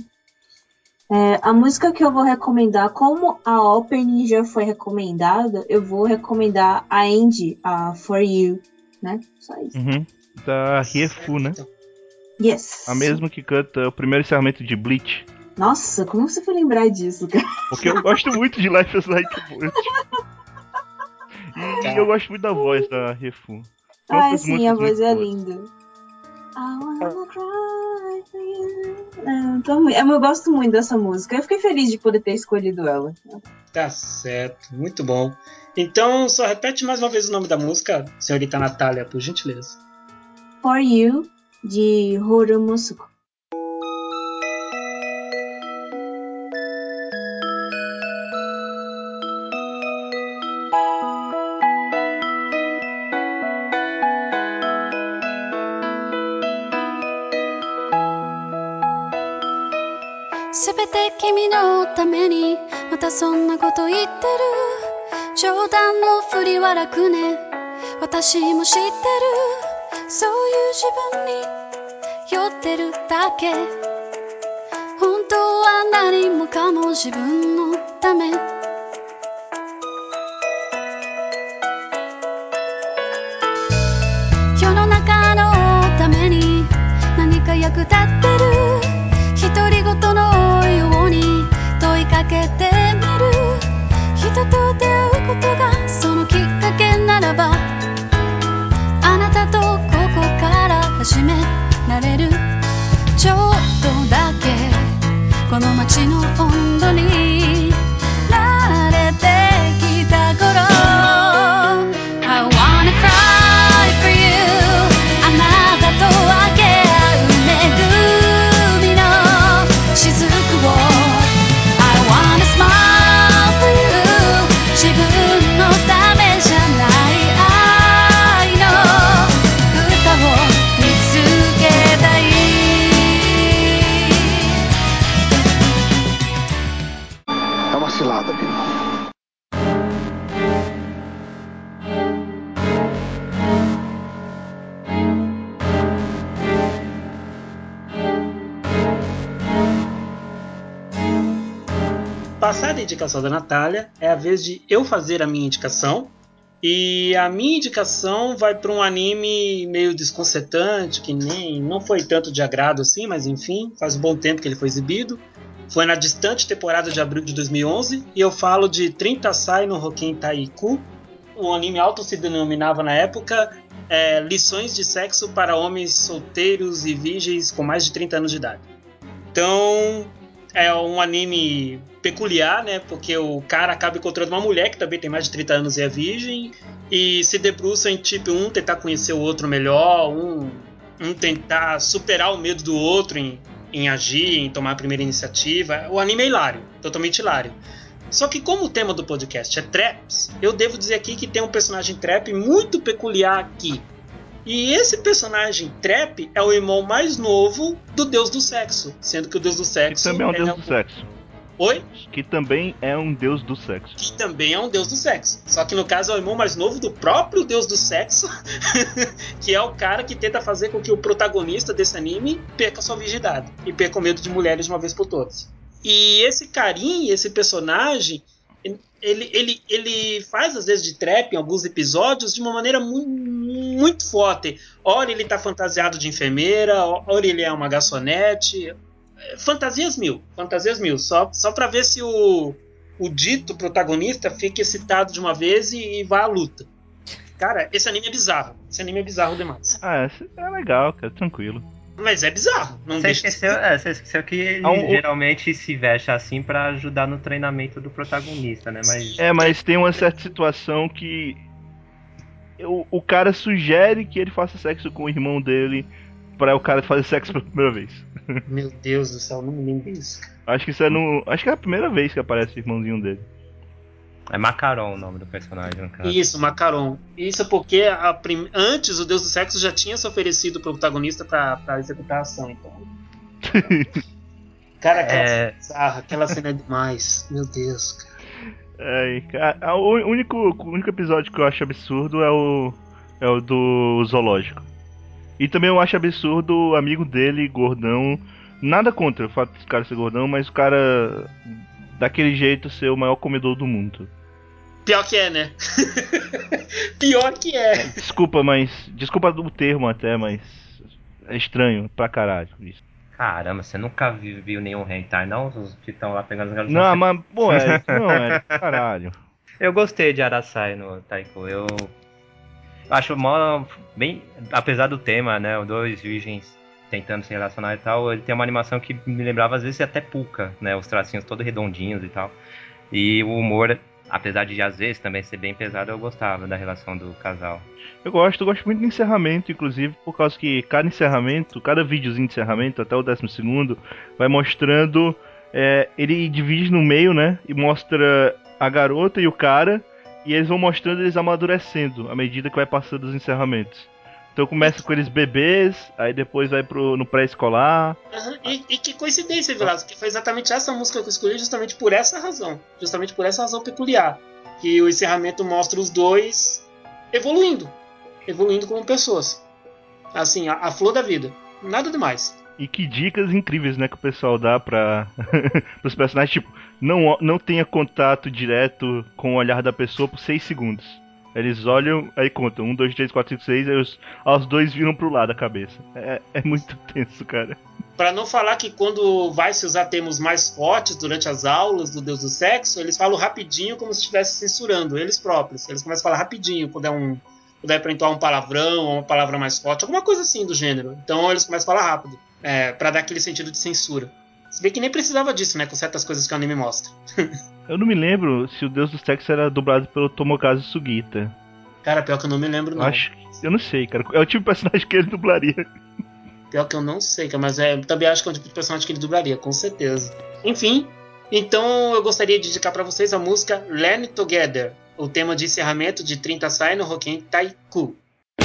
É, a música que eu vou recomendar, como a opening já foi recomendada, eu vou recomendar a Andy, a For You, né? Só isso. Uhum. Da Riefu, né? Yes. A mesma que canta o primeiro encerramento de Bleach. Nossa, como você foi lembrar disso, cara? Porque eu gosto muito de Life is Like a Bolt. E eu gosto muito da voz da Riefu. Tem Ah, outras sim, a músicas voz muito é boas. linda. I wanna cry for you. É, então, eu, eu gosto muito dessa música. Eu fiquei feliz de poder ter escolhido ela. Tá certo, muito bom. Então, só repete mais uma vez o nome da música, senhorita Natália, por gentileza. For You, de Horu Musuko. すべて君のためにまたそんなこと言ってる冗談の振りは楽ね私も知ってるそういう自分に酔ってるだけ本当は何もかも自分のためく立ってる独り言のように問いかけてみる人と出会うことがそのきっかけならばあなたとここから始められるちょっとだけこの街の温度に慣れてきた頃 I wanna cry for you あなたと分け合う恵みの雫を I wanna smile for you 自分のためじゃない愛の歌を見つけたい É uma cilada, Bino. Passada a indicação da Natália, é a vez de eu fazer a minha indicação. E a minha indicação vai para um anime meio desconcertante, que nem não foi tanto de agrado assim, mas enfim, faz um bom tempo que ele foi exibido. Foi na distante temporada de abril de dois mil e onze, e eu falo de trinta Sai no Hoken Taiku. O anime auto se denominava na época é, Lições de Sexo para Homens Solteiros e Virgens com mais de trinta anos de idade. Então, é um anime peculiar, né? Porque o cara acaba encontrando uma mulher que também tem mais de trinta anos e é virgem, e se debruça em tipo um tentar conhecer o outro melhor, um, um tentar superar o medo do outro em, em agir, em tomar a primeira iniciativa. O anime é hilário, totalmente hilário. Só que como o tema do podcast é traps, eu devo dizer aqui que tem um personagem trap muito peculiar aqui. E esse personagem trap é o irmão mais novo do Deus do Sexo, sendo que o Deus do Sexo Que também é um Deus é do sexo. Oi? Que também é um Deus do sexo. Que também é um Deus do Sexo. Só que no caso é o irmão mais novo do próprio Deus do Sexo, que é o cara que tenta fazer com que o protagonista desse anime perca sua virgindade e perca o medo de mulheres de uma vez por todas. E esse carinha, esse personagem, ele, ele, ele faz às vezes de trap em alguns episódios de uma maneira muito, muito forte. Ora ele tá fantasiado de enfermeira, ora ele é uma garçonete. Fantasias mil, fantasias mil, só, só pra ver se o, o dito protagonista fica excitado de uma vez e, e vai à luta. Cara, esse anime é bizarro. Esse anime é bizarro demais. Ah, é legal, cara, tranquilo. Mas é bizarro. Não Você deixa esqueceu, de... é, você esqueceu que ele Ah, um- geralmente se veste assim pra ajudar no treinamento do protagonista, né? Mas É, mas tem uma certa situação que o, o cara sugere que ele faça sexo com o irmão dele pra o cara fazer sexo pela primeira vez. Meu Deus do céu, não me lembro disso. Acho que isso é no. Acho que é a primeira vez que aparece o irmãozinho dele. é Macaron o nome do personagem, no caso. Isso, Macaron. Isso porque a prim... antes o Deus do Sexo já tinha se oferecido pro protagonista pra, pra executar a ação. Então... Cara, aquela É. cena bizarra, aquela cena é demais. Meu Deus, cara. É, cara, o único, o único episódio que eu acho absurdo é o. É o do zoológico. E também eu acho absurdo o amigo dele, gordão. Nada contra o fato desse cara ser gordão, mas o cara daquele jeito ser o maior comedor do mundo. Pior que é, né? Pior que é. Desculpa, mas. Desculpa o termo até, mas. É estranho pra caralho isso. Caramba, você nunca viu, viu nenhum hentai, não? Os que estão lá pegando os garotos. Não, mas, pô, é, não, é caralho. Eu gostei de Arasai no Taiko. Eu acho mó bem, apesar do tema, né, os dois virgens tentando se relacionar e tal, ele tem uma animação que me lembrava às vezes até Puka, né, os tracinhos todos redondinhos e tal. E o humor, apesar de às vezes também ser bem pesado, eu gostava da relação do casal. Eu gosto, eu gosto muito do encerramento, inclusive, por causa que cada encerramento, cada videozinho de encerramento, até o décimo segundo, vai mostrando, é, ele divide no meio, né, e mostra a garota e o cara, e eles vão mostrando eles amadurecendo à medida que vai passando os encerramentos. Então começa com eles bebês, aí depois vai pro, no pré-escolar. Uhum. E, e que coincidência, Vilas, que foi exatamente essa música que eu escolhi justamente por essa razão. Justamente por essa razão peculiar. Que o encerramento mostra os dois evoluindo. Evoluindo como pessoas. Assim, a, a flor da vida. Nada demais. E que dicas incríveis, né, que o pessoal dá para os personagens, tipo, não, não tenha contato direto com o olhar da pessoa por seis segundos. Eles olham, aí contam, um, dois, três, quatro, cinco, seis, aí os, os dois viram pro lado da cabeça. É, é muito tenso, cara. Pra não falar que quando vai se usar termos mais fortes durante as aulas do Deus do Sexo, eles falam rapidinho como se estivesse censurando eles próprios. Eles começam a falar rapidinho quando é um... Quando é pra entoar um palavrão ou uma palavra mais forte, alguma coisa assim do gênero. Então eles começam a falar rápido, é, pra dar aquele sentido de censura. Se bem que nem precisava disso, né, com certas coisas que o anime mostra. Eu não me lembro se o Deus do Sexo era dublado pelo Tomokazu Sugita. Cara, pior que eu não me lembro, não. Eu acho, eu não sei, cara. É o tipo de personagem que ele dublaria. Pior que eu não sei, cara, mas é, também acho que é o tipo de personagem que ele dublaria, com certeza. Enfim, então eu gostaria de indicar pra vocês a música Learn Together, o tema de encerramento de trinta Sai no Hoken Taiku.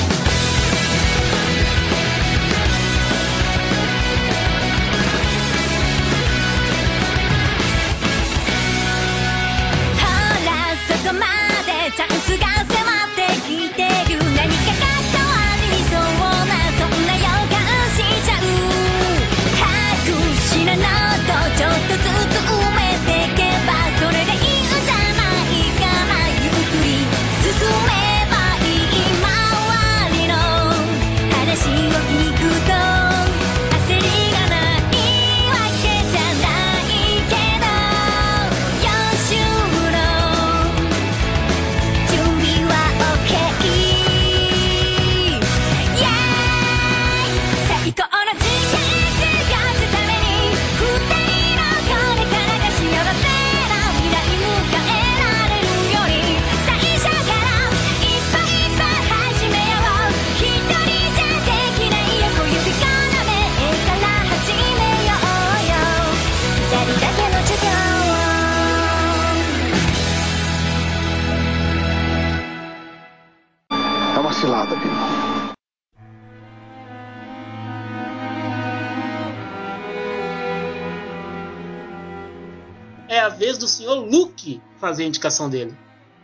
É a vez do senhor Luke fazer a indicação dele.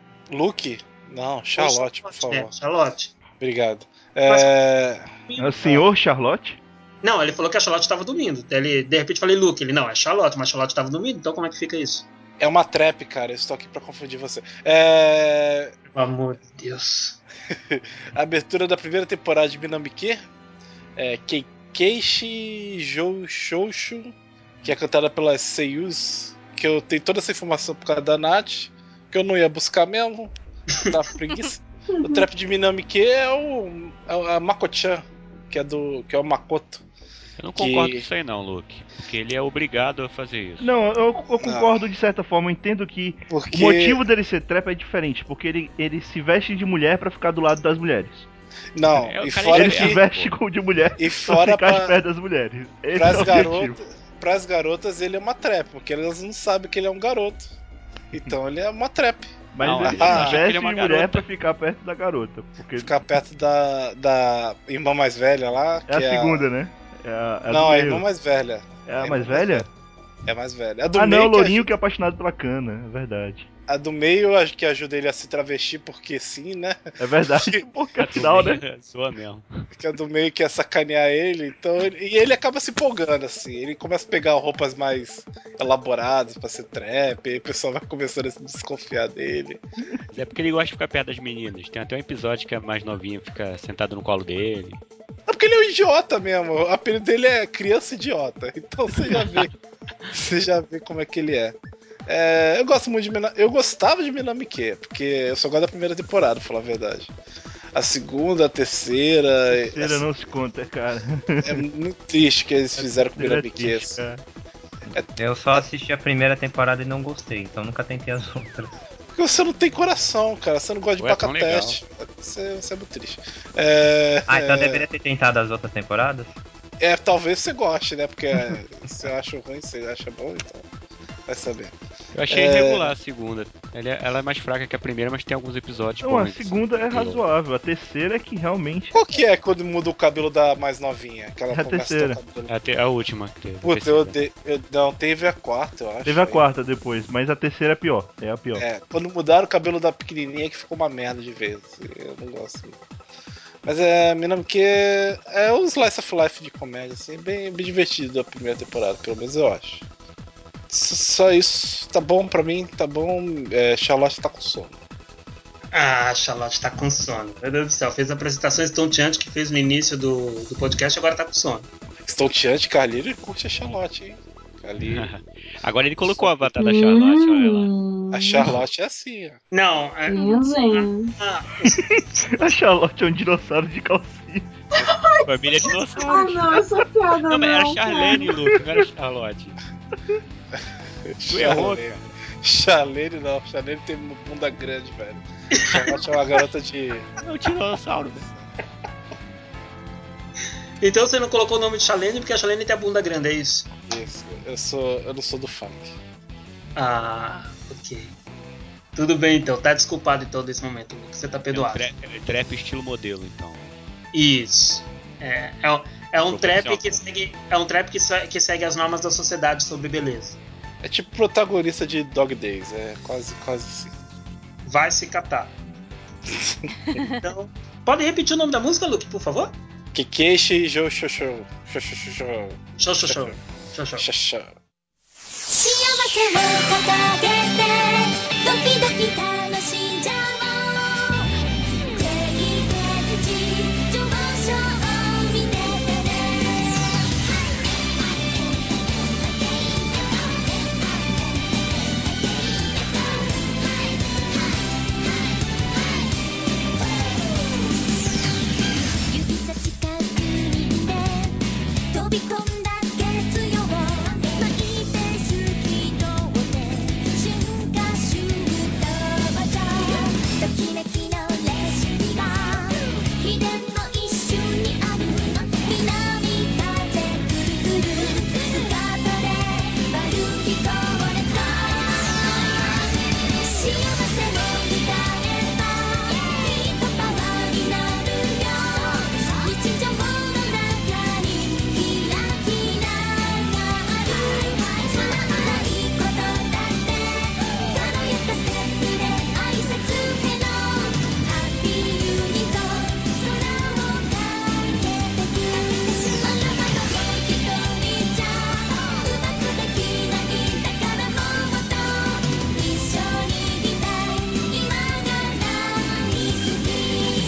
Luke? Não, Charlotte, por favor. É, Charlotte. Obrigado. É... É o senhor Charlotte? Não, ele falou que a Charlotte estava dormindo. Ele, de repente, falei Luke. Ele, não, é Charlotte, mas Charlotte estava dormindo, então como é que fica isso? É uma trap, cara. Eu estou aqui pra confundir você. É... Pelo amor de Deus. A abertura da primeira temporada de Minamike é Keikeishi Joushoushu, que é cantada pelas Seiyus, que eu tenho toda essa informação por causa da Nath, que eu não ia buscar mesmo, tá preguiça. O trap de Minamike é o, é a Mako-chan, que é do que é o Makoto. Eu não que... concordo com isso aí não, Luke, porque ele é obrigado a fazer isso. Não, eu, eu concordo não. de certa forma, eu entendo que porque... o motivo dele ser trap é diferente, porque ele, ele se veste de mulher pra ficar do lado das mulheres. Não, é, e fora ele que... se veste como de mulher e fora pra ficar pra... perto das mulheres. Esse pras, é o garota... pras garotas ele é uma trap, porque elas não sabem que ele é um garoto. Então ele é uma trap. Mas não, ele ah, se veste é de mulher pra ficar perto da garota. Porque... Ficar perto da, da irmã mais velha lá. É que a é segunda, a... né? É a, é a não, a irmã mais velha. É a, a mais velha? mais velha? É a mais velha. A do ah, meio não, o Lourinho que, ajuda... que é apaixonado pela cana, é verdade. A do meio acho que ajuda ele a se travestir porque sim, né? É verdade, porque afinal, né? Soa mesmo. Que a do meio quer sacanear ele, então ele... e ele acaba se empolgando, assim. Ele começa a pegar roupas mais elaboradas pra ser trap, e o pessoal vai começando a se desconfiar dele. É porque ele gosta de ficar perto das meninas. Tem até um episódio que a mais novinha fica sentada no colo dele. É porque ele é um idiota mesmo. O apelido dele é criança idiota. Então você já vê. Você já vê como é que ele é. É, eu gosto muito de Minam... Eu gostava de Minamike, porque eu só gosto da primeira temporada, pra falar a verdade. A segunda, a terceira. A terceira essa... não se conta, cara. É muito triste que eles a fizeram com Minamike. É triste, é... Eu só assisti a primeira temporada e não gostei, então nunca tentei as outras. Porque você não tem coração, cara. Você não gosta de Ué, Bacateste. Você, você é muito triste. É... Ah, então eu deveria ter tentado as outras temporadas? É, talvez você goste, né? Porque se eu acho ruim, você acha bom, então. Vai saber. Eu achei é... irregular a segunda. Ela é, ela é mais fraca que a primeira, mas tem alguns episódios não, bons. A segunda é razoável. A terceira é que realmente... Qual que é quando muda o cabelo da mais novinha? Que ela é a começa terceira. a ter o cabelo... É a, te... a última que teve. Puta, eu, de... eu não, teve a quarta, eu acho. Teve a aí. quarta depois, mas a terceira é pior. É a pior. É, quando mudaram o cabelo da pequenininha que ficou uma merda de vez. Eu não gosto. Mas é, Minamike é um slice of life de comédia, assim, bem, bem divertido a primeira temporada, pelo menos eu acho. Só isso, tá bom pra mim, tá bom. É, Charlotte tá com sono. Ah, a Charlotte tá com sono. Meu Deus do céu, fez a apresentação estonteante que fez no início do, do podcast e agora tá com sono. Estonteante, Carlinhos curte a Charlotte, hein? Carlinhos. Agora ele colocou o avatar da Charlotte, olha lá. A Charlotte é assim, ó. Não, é... Ah, A Charlotte é um dinossauro de calcinha. Família dinossauro. ah, não, essa piada não. Não, mas era cara. Charlene, Luke, não era Charlotte. Tu errou, Charlene. cara. Charlene não, Charlene tem bunda grande, velho. Charlotte é uma garota de. É um dinossauro, velho. Então você não colocou o nome de Charlene porque a Charlene tem a bunda grande, é isso? Isso, eu sou. Eu não sou do funk. Ah, ok. Tudo bem então, tá desculpado então desse momento, Luke. Você tá É um perdoado. trap, é trap estilo modelo, então. Isso. É, é, um- é um trap que segue, é um trap que, se- que segue as normas da sociedade sobre beleza. É tipo protagonista de Dog Days, é quase, quase assim. Vai se catar. Então, pode repetir o nome da música, Luke, por favor? Kikeshi Jo Shou Shou. Shou Shou Shou Shou. Show, show, show. Show, show. Shou Shou. 幸せを掲げてドキドキ楽しんじゃおう経験値上昇を見ててね指差し確認で飛び込んだ月曜巻いて透き通って春夏秋冬バジャーときめきのレシピが秘伝の一瞬にある南風くるくるスカートで歩きこぼれた幸せを迎えばきっとパワーになるよ日常の中に開きながるつまんないことだって軽やかステップで挨拶へのハッピーユニゾン空をかけてくまだまだもう一人じゃうまくできないだからもっと一緒にいたい今が大好き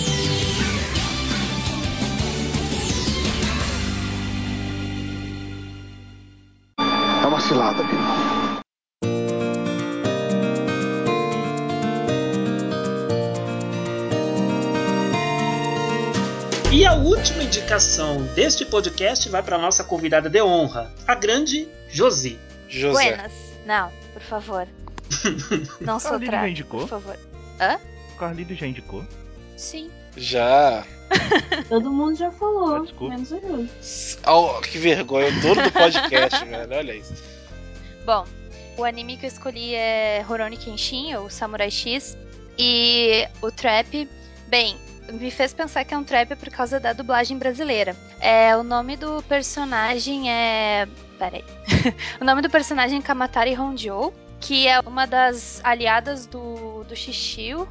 É uma cilada, Bino. E a última indicação deste podcast vai para nossa convidada de honra, a grande Josi. José. Buenas. Não, por favor. Não sou Carlinhos já trap, indicou? por favor. Hã? O Carlito já indicou. Sim. Já. Todo mundo já falou, Ah, desculpa. menos o Júlio. Oh, que vergonha, o dono do podcast, velho. Olha isso. Bom, o anime que eu escolhi é Rurouni Kenshin, ou Samurai X. E o trap, bem, me fez pensar que é um trap por causa da dublagem brasileira. É, o nome do personagem é... Peraí. O nome do personagem é Kamatari Honjo, que é uma das aliadas do, do Shishio.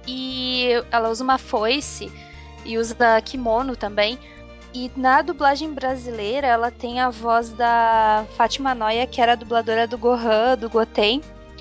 E ela usa uma foice e usa kimono também. E na dublagem brasileira, ela tem a voz da Fátima Noia, que era a dubladora do Gohan, do Goten.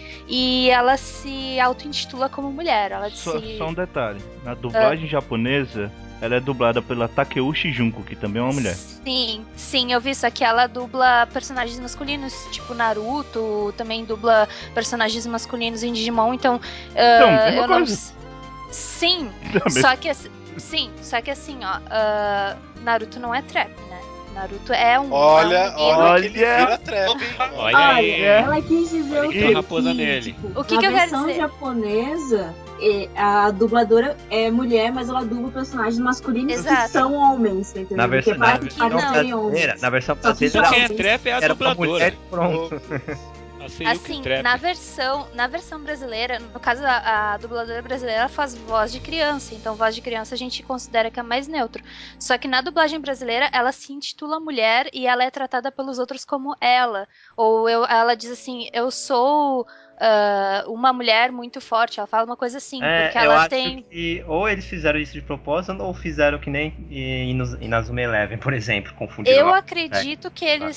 E ela se auto-intitula como mulher. Ela Só, se... só um detalhe. Na dublagem japonesa, ela é dublada pela Takeuchi Junko, que também é uma mulher. Sim, sim, eu vi isso aqui. Ela dubla personagens masculinos, tipo Naruto, também dubla personagens masculinos em Digimon, então... Então, uh, mesma eu coisa. não... Sim, Também. só que, assim- sim, só que assim, ó, uh, Naruto não é trap, né? Naruto é um... Olha, é um menino- olha que ele Olha. vira trap, hein? Olha Olha, aí. ela quis dizer Olha o que quê? tem uma raposa Que, nele. tipo, O que na que eu quero versão dizer? japonesa, é, a dubladora é mulher, mas ela dubla personagens masculinos Exato. que são homens, tá entendendo? Na que versão, é na para, Aqui versão para não. serem brasileira, homens. na versão Só que brasileira, Quem é jovens. trap é a era uma dubladora. mulher e pronto. A Seiyuki Assim, trap. na versão, na versão brasileira, no caso a, a dubladora brasileira ela faz voz de criança, então voz de criança a gente considera que é mais neutro. Só que na dublagem brasileira ela se intitula mulher e ela é tratada pelos outros como ela. Ou eu, ela diz assim, eu sou ah, uma mulher muito forte, ela fala uma coisa assim, É, porque eu ela acho tem... que ou eles fizeram isso de propósito ou fizeram que nem em Inaz- Inazuma Eleven, por exemplo, confundiram Eu lá. acredito que eles...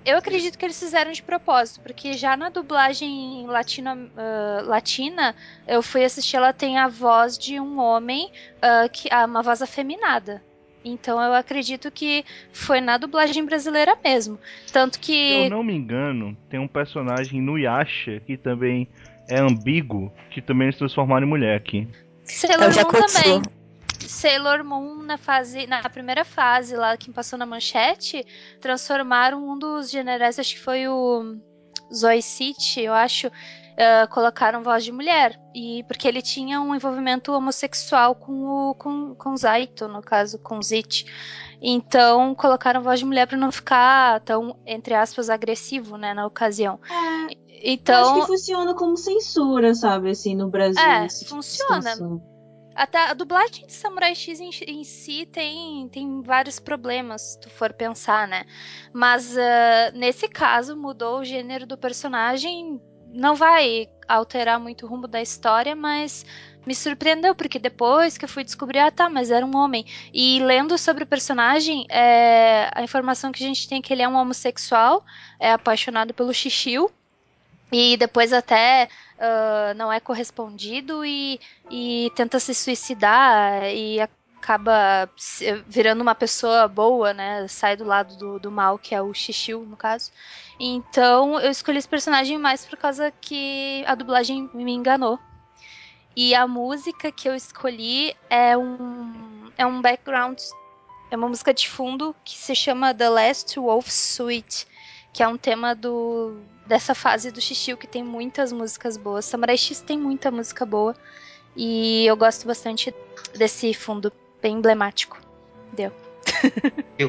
Eu acredito que eles fizeram de propósito, porque já na dublagem latino, uh, latina, eu fui assistir, ela tem a voz de um homem, uh, que, uh, uma voz afeminada. Então eu acredito que foi na dublagem brasileira mesmo. Tanto que... Se eu não me engano, tem um personagem no Yasha que também é ambíguo, que também eles transformaram em mulher aqui. Sailor Moon também. Sailor Moon na fase, na primeira fase lá que passou na manchete, transformaram um dos generais, acho que foi o Zoe City, eu acho, uh, colocaram voz de mulher, e porque ele tinha um envolvimento homossexual com o com, com Zaito, no caso, com Zit. Então colocaram voz de mulher para não ficar tão, entre aspas, agressivo, né, na ocasião. É, então eu acho que funciona como censura, sabe, assim, no Brasil. É, esse tipo funciona. Até a dublagem de Samurai X em, em si tem, tem vários problemas, se tu for pensar, né? Mas uh, nesse caso mudou o gênero do personagem, não vai alterar muito o rumo da história, mas me surpreendeu, porque depois que eu fui descobrir, ah tá, mas era um homem. E lendo sobre o personagem, é, a informação que a gente tem é que ele é um homossexual, é apaixonado pelo Shishio, e depois até uh, não é correspondido e, e tenta se suicidar e acaba virando uma pessoa boa, né? Sai do lado do, do mal, que é o Shishio, no caso. Então eu escolhi esse personagem mais por causa que a dublagem me enganou. E a música que eu escolhi é um, é um background, é uma música de fundo que se chama The Last Wolf Suite, que é um tema do, dessa fase do Shishio, que tem muitas músicas boas. Samurai X tem muita música boa. E eu gosto bastante desse fundo bem emblemático. Deu. Eu.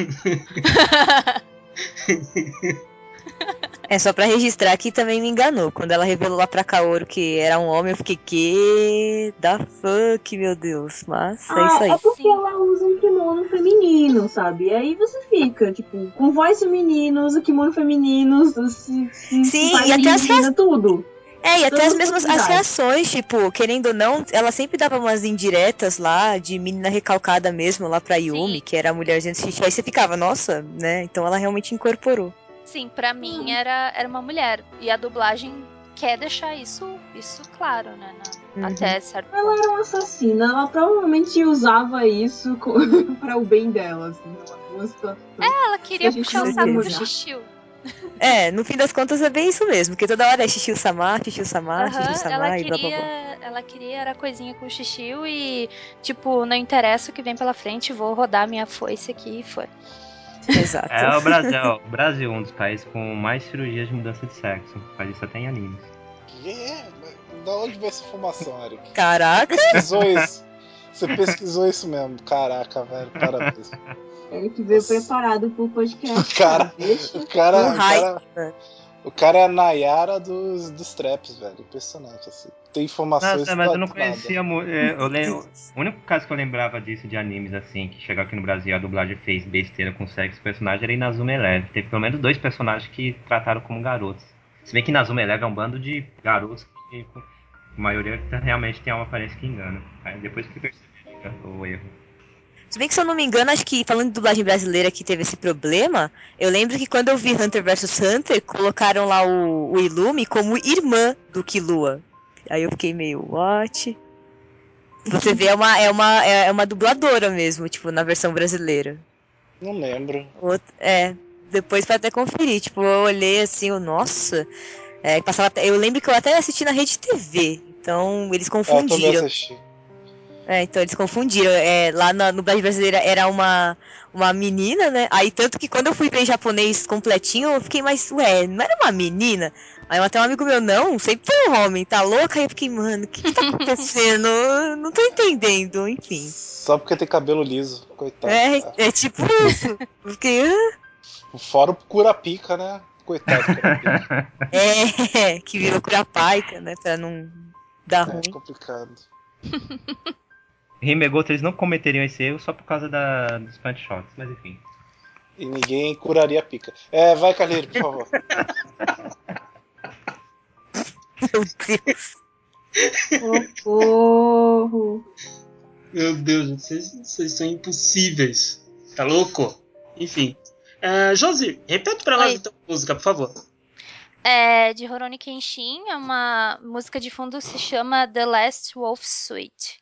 É só pra registrar que também me enganou. Quando ela revelou lá pra Kaoru que era um homem, eu fiquei, que da fuck, meu Deus. Mas ah, é isso aí. É porque ela usa um kimono feminino, sabe? E aí você fica, tipo, com voz feminina, usa kimono feminino, se, se, Sim, vai e até as indígena, rea... tudo. É, e até Todas as mesmas as reações, tipo, querendo ou não, ela sempre dava umas indiretas lá, de menina recalcada mesmo, lá pra Yumi, Sim. que era a mulherzinha do xixi, aí você ficava, nossa, né? Então ela realmente incorporou. Sim, pra mim era, era uma mulher. E a dublagem quer deixar isso, isso claro, né? Na, Uhum. Até certo Ela era uma assassina, ela provavelmente usava isso para o bem dela, assim, uma situação. É, ela queria puxar o saco do Shishio. É, no fim das contas é bem isso mesmo, porque toda hora é Shishio-sama, Shishio-sama, Uhum, Shishio-sama ela e blá blá queria, blá. ela queria era coisinha com o Shishio e, tipo, não interessa o que vem pela frente, vou rodar minha foice aqui e foi. Exato. É o Brasil, o Brasil, um dos países com mais cirurgias de mudança de sexo. Faz isso até em animes. Que? Da onde veio essa informação, Eric? Caraca! Você pesquisou isso? Você pesquisou isso mesmo? Caraca, velho, parabéns. Eric veio Nossa. preparado pro podcast. O cara, Deixa. o cara, o cara, o cara é a Nayara dos, dos traps, velho. Impressionante, assim. Tem informações. Nossa, mas eu não conhecia muito. Eu lembro, o único caso que eu lembrava disso de animes, assim, que chegou aqui no Brasil, a dublagem fez besteira com sexo personagem, era Inazuma Eleven. Teve pelo menos dois personagens que trataram como garotos. Se bem que Inazuma Eleven é um bando de garotos que a maioria realmente tem uma aparência que engana. Aí depois que percebi o erro. Se bem que, se eu não me engano, acho que falando de dublagem brasileira que teve esse problema, eu lembro que quando eu vi Hunter versus Hunter, colocaram lá o, o Illumi como irmã do Killua. Aí eu fiquei meio, what? Você vê, é uma, é uma, é uma dubladora mesmo, tipo, na versão brasileira. Não lembro. Outra, é, depois pra até conferir, tipo, eu olhei assim, eu, nossa... É, passava, eu lembro que eu até assisti na Rede T V, então eles confundiram. É, eu também assisti. É, então eles confundiram. É, lá na, no Brasil brasileiro era uma, uma menina, né? Aí tanto que quando eu fui ver em japonês completinho, eu fiquei mais, ué, não era uma menina? Aí até um amigo meu, não, sempre foi um homem, tá louca? Aí eu fiquei, mano, o que, que tá acontecendo? Não tô entendendo, enfim. Só porque tem cabelo liso, coitado. É, é tipo isso. Fiquei, ah. Fora o Curapica, né? Coitado do Curapica. É, que virou Curapaica, né? Pra não dar é, ruim. É complicado. Rimegoto, eles não cometeriam esse erro só por causa da, dos punch shots, mas enfim. E ninguém curaria a pica. É, vai, Carleiro, por favor. Meu Deus. Socorro. Meu Deus, vocês, vocês são impossíveis. Tá louco? Enfim. Uh, Josi, repete pra nós então a música, por favor. É de Rurouni Kenshin, é uma música de fundo que se chama The Last Wolf Suite.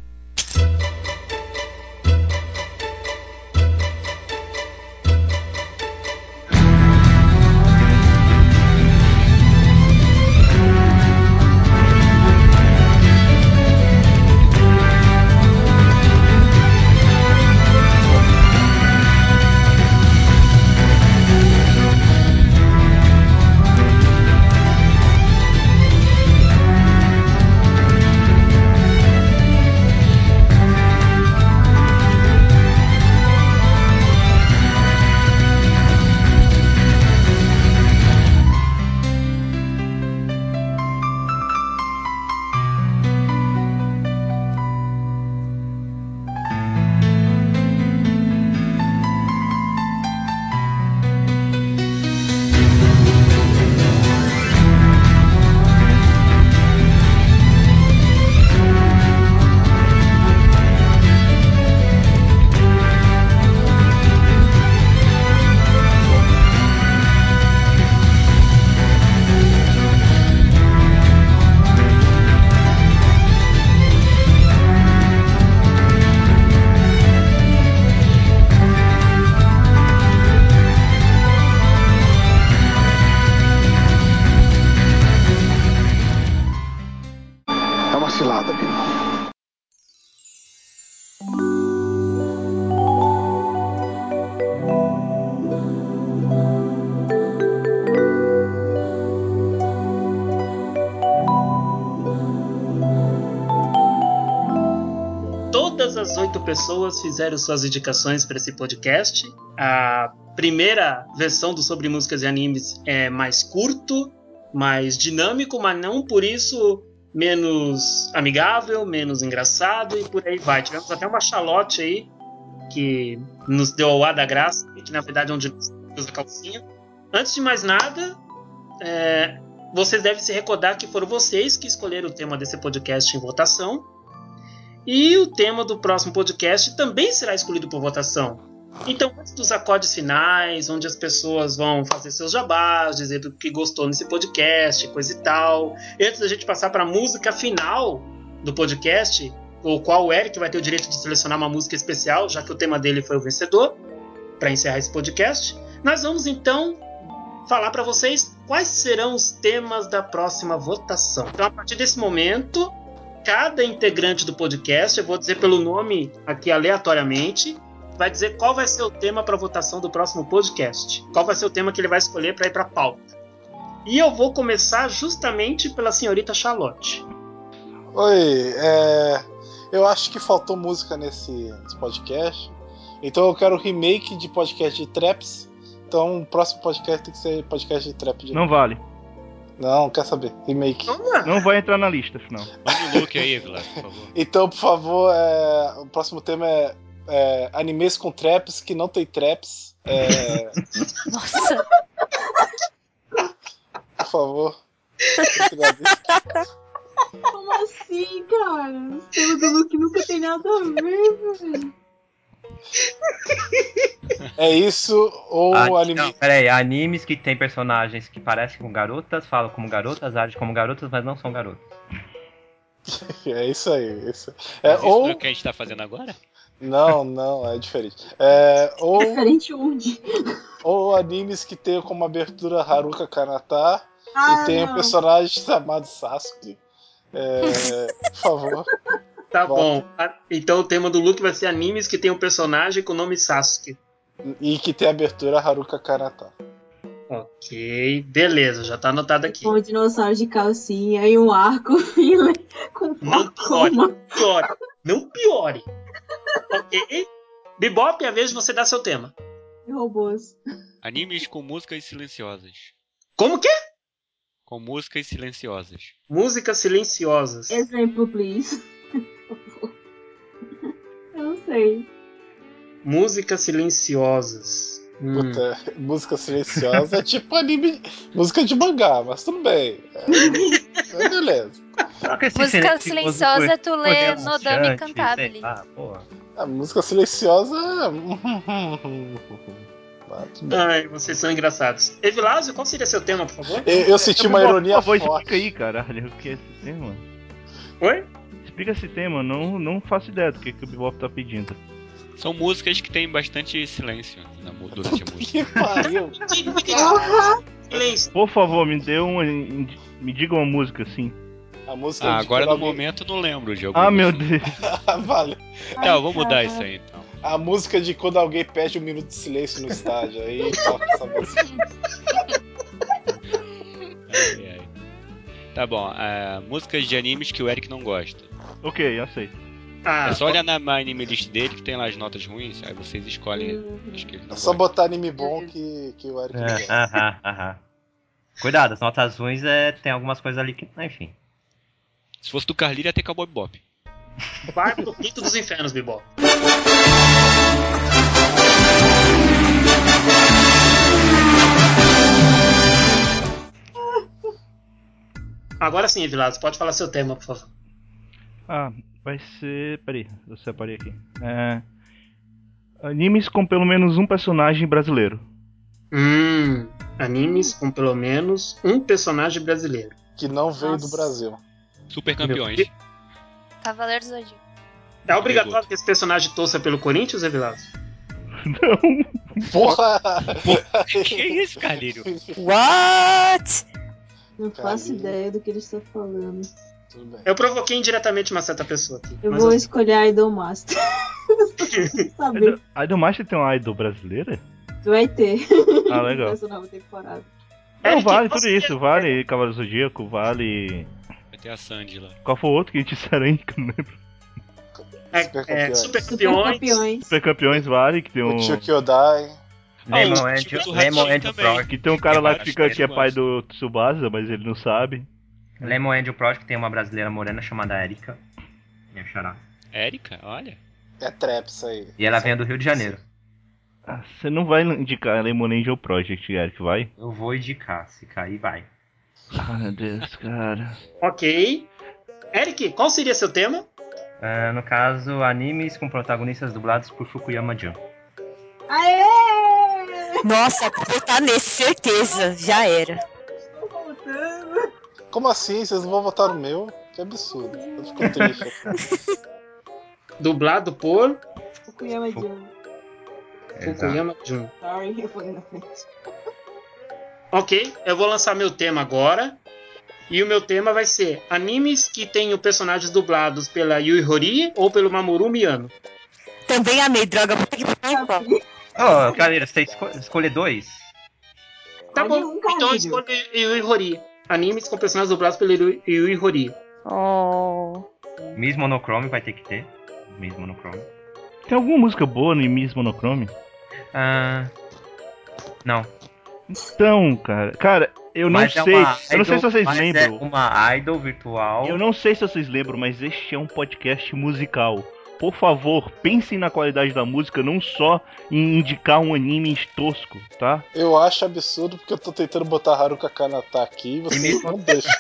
Todas as oito pessoas fizeram suas indicações para esse podcast. A primeira versão do Sobre Músicas e Animes é mais curto, mais dinâmico, mas não por isso menos amigável, menos engraçado e por aí vai. Tivemos até uma Charlotte aí que nos deu ao ar da graça, que na verdade é onde usa calcinha. Antes de mais nada, é, vocês devem se recordar que foram vocês que escolheram o tema desse podcast em votação. E o tema do próximo podcast também será escolhido por votação. Então, antes dos acordes finais, onde as pessoas vão fazer seus jabás, dizer do que gostou nesse podcast, coisa e tal. E antes da gente passar para a música final do podcast, o qual o Eric vai ter o direito de selecionar uma música especial, já que o tema dele foi o vencedor, para encerrar esse podcast, nós vamos então falar para vocês quais serão os temas da próxima votação. Então, a partir desse momento, cada integrante do podcast, eu vou dizer pelo nome aqui aleatoriamente, vai dizer qual vai ser o tema para votação do próximo podcast. Qual vai ser o tema que ele vai escolher para ir para a pauta. E eu vou começar justamente pela senhorita Charlotte. Oi, é... eu acho que faltou música nesse, nesse podcast. Então eu quero remake de podcast de traps. Então o próximo podcast tem que ser podcast de trap. De Não vale. Não, quer saber? Remake. Não vai entrar na lista, afinal. Mande o look aí, Vilar, por favor. Então, por favor, é... o próximo tema é, é animes com traps que não tem traps. É... Nossa! Por favor. Como assim, cara? O tema do Luke nunca tem nada a ver, velho. É isso ou ah, anime... Não, peraí, animes que tem personagens que parecem com garotas, falam como garotas, agem como garotas, mas não são garotas. É isso aí, isso. É, mas isso ou... não é o que a gente tá fazendo agora? Não, não, é diferente. É, ou... Diferente onde? Ou animes que tenham como abertura Haruka Kanata ah, e tem não. um personagem chamado Sasuke. É, por favor. Tá Volta. bom. Então o tema do Luke vai ser animes que tem um personagem com o nome Sasuke. E que tem abertura Haruka Kanata. Ok, beleza, já tá anotado aqui. Um dinossauro de calcinha e um arco filler com Não piore, não piore, não piore. Ok? Bebop, é a vez de você dar seu tema. Robôs. Animes com músicas silenciosas. Como que é? Com músicas silenciosas. Músicas silenciosas. Exemplo, please. Eu não sei. Músicas silenciosas. Puta, hum. música silenciosa é tipo anime, música de mangá, mas tudo bem. É, é beleza. Música silenciosa tu lê Nodame Cantabile. Ah, porra. A música silenciosa. Ai, vocês são engraçados. Evilásio, qual seria seu tema, por favor? Eu, eu senti uma ironia Por favor, forte. explica aí, caralho, o que é esse tema? Oi? Explica esse tema, não, não faço ideia do que, que o Bebop tá pedindo. São músicas que tem bastante silêncio na, durante a música. Que pariu. Silêncio. Por favor, me dê uma. Me diga uma música assim. A música Ah, de agora no alguém... momento eu não lembro de alguma. Ah, meu Deus. Vale. Tá, eu vou mudar isso aí então. A música de quando alguém pede um minuto de silêncio no estádio. Aí toca essa música. Ai, ai. Tá bom, é, músicas de animes que o Eric não gosta. Ok, aceito. Ah, É só olhar na anime list dele que tem lá as notas ruins, aí vocês escolhem as que ele não É só gosta. botar anime bom que, que o Eric não É, gosta. aham, aham. Cuidado, as notas ruins é, tem algumas coisas ali que. Enfim. Se fosse do Carly, ia ter Cowboy Bebop. Barco do Quinto dos Infernos, Bebop. Agora sim, Evilásio, pode falar seu tema, por favor. Ah, vai ser. Peraí, eu separei aqui. É... Animes com pelo menos um personagem brasileiro. Hum, animes com pelo menos um personagem brasileiro. Que não veio Nossa. do Brasil. Super campeões. Cavaleiro do Zodíaco. É obrigatório que esse personagem torça pelo Corinthians, Evilásio? Não. Porra! Que isso, Carlinho? What? Não faço Carlinhos. ideia do que ele está falando. Tudo bem. Eu provoquei indiretamente uma certa pessoa aqui. Eu mas vou eu- escolher a Idol Master. Saber. Idol- A Idol Master tem uma idol brasileira? Vai ter. Ah, legal. Nessa nova temporada. Não, Eric, vale qual tudo seria- isso. Vale Cavaleiro do Zodíaco, vale. Vai ter a Sandy lá. Qual foi o outro que disseram aí que eu não lembro? É, Super é, campeões. super Super campeões. campeões. Super Campeões vale, que tem um. O Tio Kyodai. Lemon o and tipo do Lemon Ratinho and também. Project. Que tem um cara lá que Acho fica que que é eu pai gosto. do Tsubasa, mas ele não sabe. Lemon and Project tem uma brasileira morena chamada Erika. Minha xará. Érica, olha. É trap isso aí. E ela vem do Rio de Janeiro. Ah, você não vai indicar Lemonade ou Project, Eric, vai? Eu vou indicar, se cair, vai. Ah, meu Deus, cara. Ok. Eric, qual seria seu tema? É, no caso, animes com protagonistas dublados por Fukuyama-jun. Aê! Nossa, vou votar nesse, certeza. Já era. Tô voltando. Como assim? Vocês não vão votar no meu? Que absurdo. Eu fico triste. Dublado por Fukuyama Jun. Fukuyama Jun. Sorry, eu falei na frente. Ok, eu vou lançar meu tema agora. E o meu tema vai ser animes que tenham personagens dublados pela Yui Horii ou pelo Mamoru Miyano. Também amei, droga. Vou ter que votar em qual? Ô, Carleira, você tem que esco- escolher dois? Tá Escolhe bom, um, então eu Carlinhos. escolho Yui Horii. Animes com personagens dublados pela Yui- Yui Horii. Oh. Miss Monochrome vai ter que ter. Miss Monochrome. Tem alguma música boa no Miss Monochrome? Ah. Não. Então, cara. Cara, eu não Mas é sei. uma Eu não sei se idol- vocês mas lembram. É uma idol virtual. Eu não sei se vocês lembram, mas este é um podcast musical. Por favor, pensem na qualidade da música, não só em indicar um anime tosco, tá? Eu acho absurdo porque eu tô tentando botar Haruka Kanata aqui e vocês não deixam.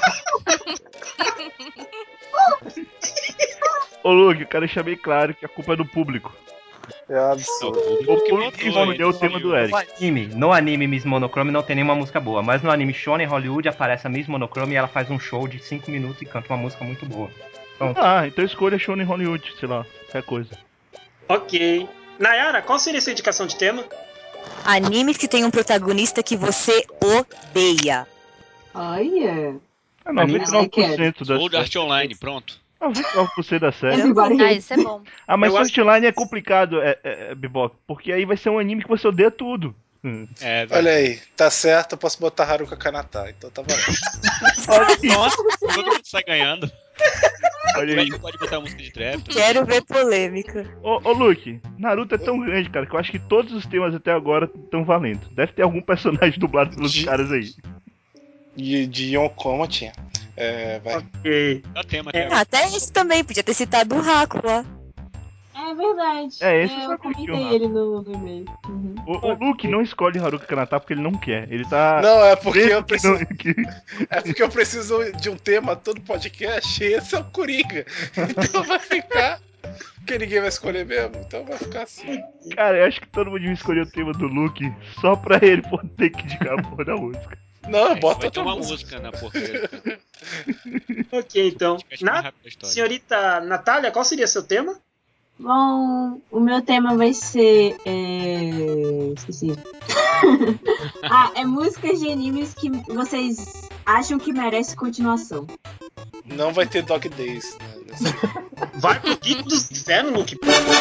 Ô Luke, eu quero deixar bem claro que a culpa é do público. É absurdo. O público escolheu o tema do Eric. No anime, no anime Miss Monochrome não tem nenhuma música boa, mas no anime Shonen Hollywood aparece a Miss Monochrome e ela faz um show de cinco minutos e canta uma música muito boa. Pronto. Ah, então escolha Shonen Hollywood, sei lá, qualquer coisa. Ok. Nayara, qual seria a sua indicação de tema? Animes que tem um protagonista que você odeia. Olha. É noventa e nove por cento das Sword Art Online, pronto. noventa e nove por cento da série. Ah, isso é bom. Ah, mas Eu Sword Art Online é complicado, é, é, é, Bebop, porque aí vai ser um anime que você odeia tudo. Hum. É, Olha aí, tá certo, eu posso botar Haruka Kanata, então tá valendo. Nossa, todo mundo sai ganhando. Olha Como é aí. que pode botar música de trap? Quero ver polêmica. Ô, ô Luke, Naruto é tão grande, cara, que eu acho que todos os temas até agora estão valendo. Deve ter algum personagem dublado pelos De- caras aí. De, de Yonkoma tinha. É, vai. Ok. Dá tema É. até Ah, até esse também, podia ter citado o Raku lá. É verdade. É, esse eu eu sabia que comentei eu rato. ele no, no e-mail. Uhum. O, o Luke não escolhe Haruka Kanata porque ele não quer. Ele tá. Não, é porque vendo eu que preciso. não- que- É porque eu preciso de um tema todo podcast e esse é o Coringa. Então vai ficar Porque ninguém vai escolher mesmo, então vai ficar assim. Cara, eu acho que todo mundo devia escolher o tema do Luke só pra ele poder ter que indicar a porra da música. Não, É, bota vai ter outra uma música. música na porcaria. Ok, então. Repete mais Na... rápido a história. Senhorita Natália, qual seria seu tema? Bom, o meu tema vai ser. É... Esqueci. Ah, é músicas de animes que vocês acham que merece continuação. Não vai ter Dog Days, né? Nesse... Vai pro quinto dos infernos, Luke.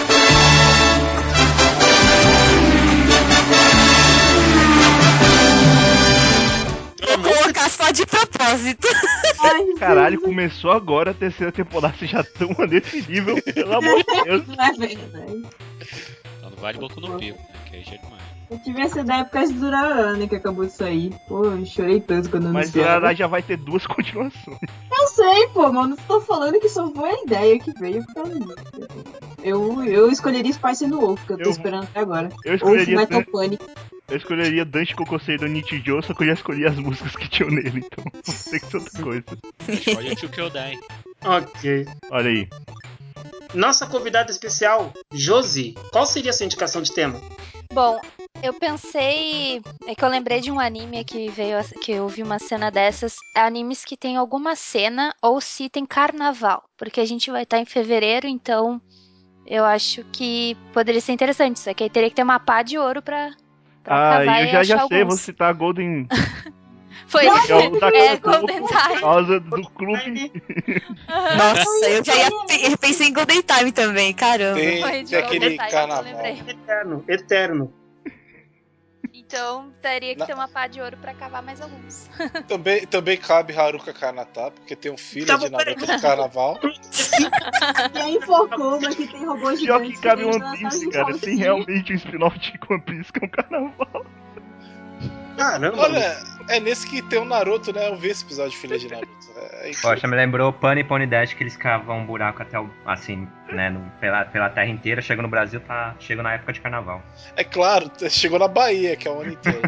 Vou colocar só de propósito. Ai, Caralho, começou agora a terceira temporada, vocês já estão nesse nível, pelo amor de Deus. é verdade. Só não vale Boku no Pico, né? Que aí já é demais. Eu tive essa ideia por causa do Durarara, que acabou de sair. Pô, eu chorei tanto quando Mas o anunciaram. Arara já vai ter duas continuações. Eu sei, pô, mano. Tô falando que só foi a ideia que veio por causa disso. Eu, eu escolheria Spice no Wolf, que eu tô Eu- esperando até agora. Eu Wolf escolheria, Metal Dan- Panic. eu escolheria Dante Kokosei do Nichijou, só que eu já escolhi as músicas que tinham nele, então vou ter que ser outra coisa. Escolhe o Tio Kyodai. Ok. Olha aí. Nossa convidada especial, Josi, qual seria a sua indicação de tema? Bom, eu pensei. É que eu lembrei de um anime que veio. Que eu vi uma cena dessas. Animes que tem alguma cena ou se tem carnaval. Porque a gente vai estar em fevereiro, então eu acho que poderia ser interessante. Só que aí teria que ter uma pá de ouro pra, pra Ah, cavar eu e já, achar já sei, alguns. vou citar a Golden. Foi. Que é o da É, Globo, Golden por Time. causa do clube. Nossa, eu já ia eu pensei em Golden Time também, caramba. Tem, Foi de tem Golden aquele Time que eu carnaval. lembrei. Eterno, eterno. Então teria que Na- ter uma pá de ouro pra cavar mais alguns. Também, também cabe Haruka Kanata, porque tem um filho Tá de bom, Naruto do carnaval. Tem Infocoma, que tem robô Pior gigante. que cabe tem One dinossauro Piece, de cara. calcinha. Tem realmente um spin-off de One Piece que é um carnaval. Caramba, Olha, é nesse que tem o Naruto, né? Eu vi esse episódio de Filha de Naruto. É incrível. Poxa, me lembrou Pony e Pony Dash, que eles cavam um buraco até o. Assim, né? no- pela, pela terra inteira. Chega no Brasil, tá. Chega na época de carnaval. É claro, chegou na Bahia, que é o ano inteiro.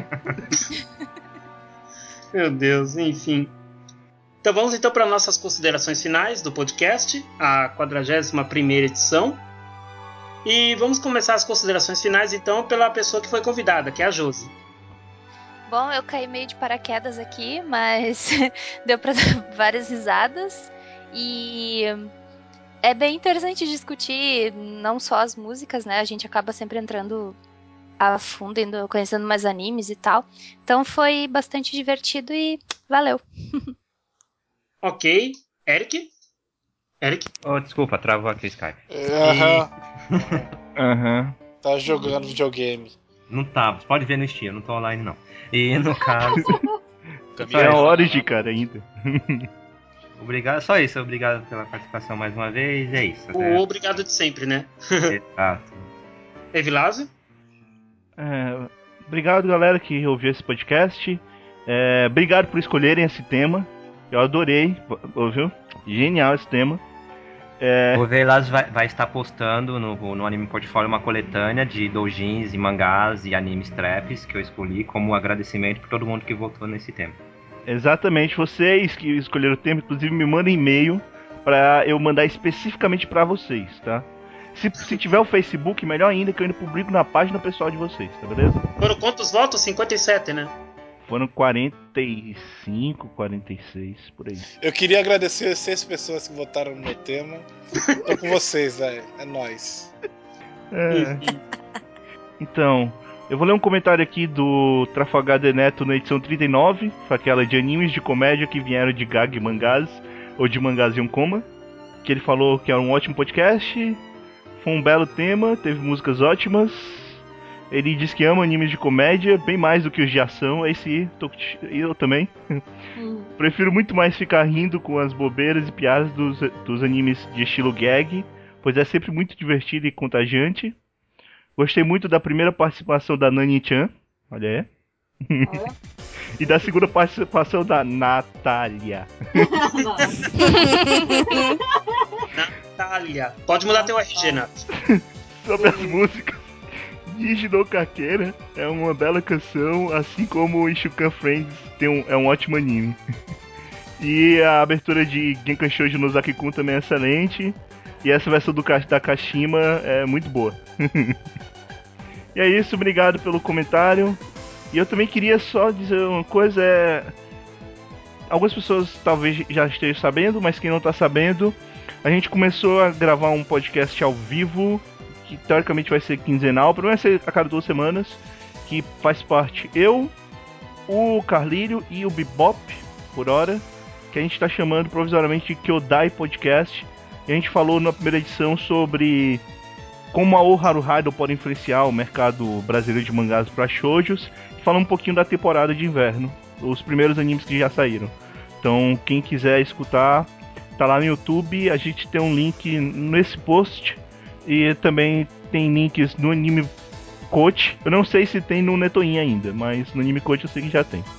Meu Deus, enfim. Então vamos então para nossas considerações finais do podcast, a quadragésima primeira edição. E vamos começar as considerações finais então pela pessoa que foi convidada, que é a Josi. Bom, eu caí meio de paraquedas aqui, mas deu pra dar várias risadas. E é bem interessante discutir não só as músicas, né? A gente acaba sempre entrando a fundo, indo, conhecendo mais animes e tal. Então foi bastante divertido e valeu. Ok. Eric? Eric? Oh, desculpa, travou aqui o Skype. Aham. Aham. Tá jogando videogame. Não tá, você pode ver no Steam, eu não tô online não. E no caso. Caminho É é horas lá, de lá. cara ainda. Obrigado, só isso, obrigado pela participação mais uma vez, é isso. O Né? obrigado de sempre, né? Exato. Evilásio? É, obrigado, galera, que ouviu esse podcast. É, obrigado por escolherem esse tema. Eu adorei, ouviu? Genial esse tema. É, O Velas vai, vai estar postando no, no Anime Portfólio uma coletânea de doujins e mangás e animes traps que eu escolhi como agradecimento por todo mundo que votou nesse tema. exatamente, vocês que escolheram o tema, inclusive me mandem e-mail pra eu mandar especificamente pra vocês, tá? Se, se tiver o Facebook, melhor ainda, que eu ainda publico na página pessoal de vocês, tá beleza? Foram quantos votos? cinquenta e sete, né? Foram quarenta e cinco, quarenta e seis, por aí. Eu queria agradecer as seis pessoas que votaram no meu tema. Tô com vocês, velho. É nóis. É. Então, eu vou ler um comentário aqui do Trafalgar de Neto na edição trinta e nove, foi aquela de animes de comédia que vieram de gag mangás, ou de mangás em um coma, que ele falou que era um ótimo podcast, foi um belo tema, teve músicas ótimas, ele diz que ama animes de comédia, bem mais do que os de ação, esse eu também. Prefiro muito mais ficar rindo com as bobeiras e piadas dos, dos animes de estilo gag, pois é sempre muito divertido e contagiante. Gostei muito da primeira participação da Nani-chan, olha aí. E da segunda participação da Natália. Natália. Pode mudar teu R G, Nath. Sobre as músicas. Niji no Kakera é uma bela canção, assim como Ishukan Friends tem um, é um ótimo anime. E a abertura de Genkan Shoujo no Zaki-kun também é excelente. E essa versão do, da Kashima é muito boa. E é isso, obrigado pelo comentário. E eu também queria só dizer uma coisa, é... algumas pessoas talvez já estejam sabendo, mas quem não está sabendo, a gente começou a gravar um podcast ao vivo, que teoricamente vai ser quinzenal, pelo menos vai ser a cada duas semanas, que faz parte eu, o Carlírio e o Bebop, por hora, que a gente está chamando provisoriamente de Kyodai Podcast. E a gente falou na primeira edição sobre como a O Haruhaido pode influenciar o mercado brasileiro de mangás para shoujos, e falando um pouquinho da temporada de inverno, os primeiros animes que já saíram. Então, quem quiser escutar, tá lá no YouTube, a gente tem um link nesse post, e também tem links no Anime Coach. Eu não sei se tem no Netoin ainda, mas no Anime Coach eu sei que já tem.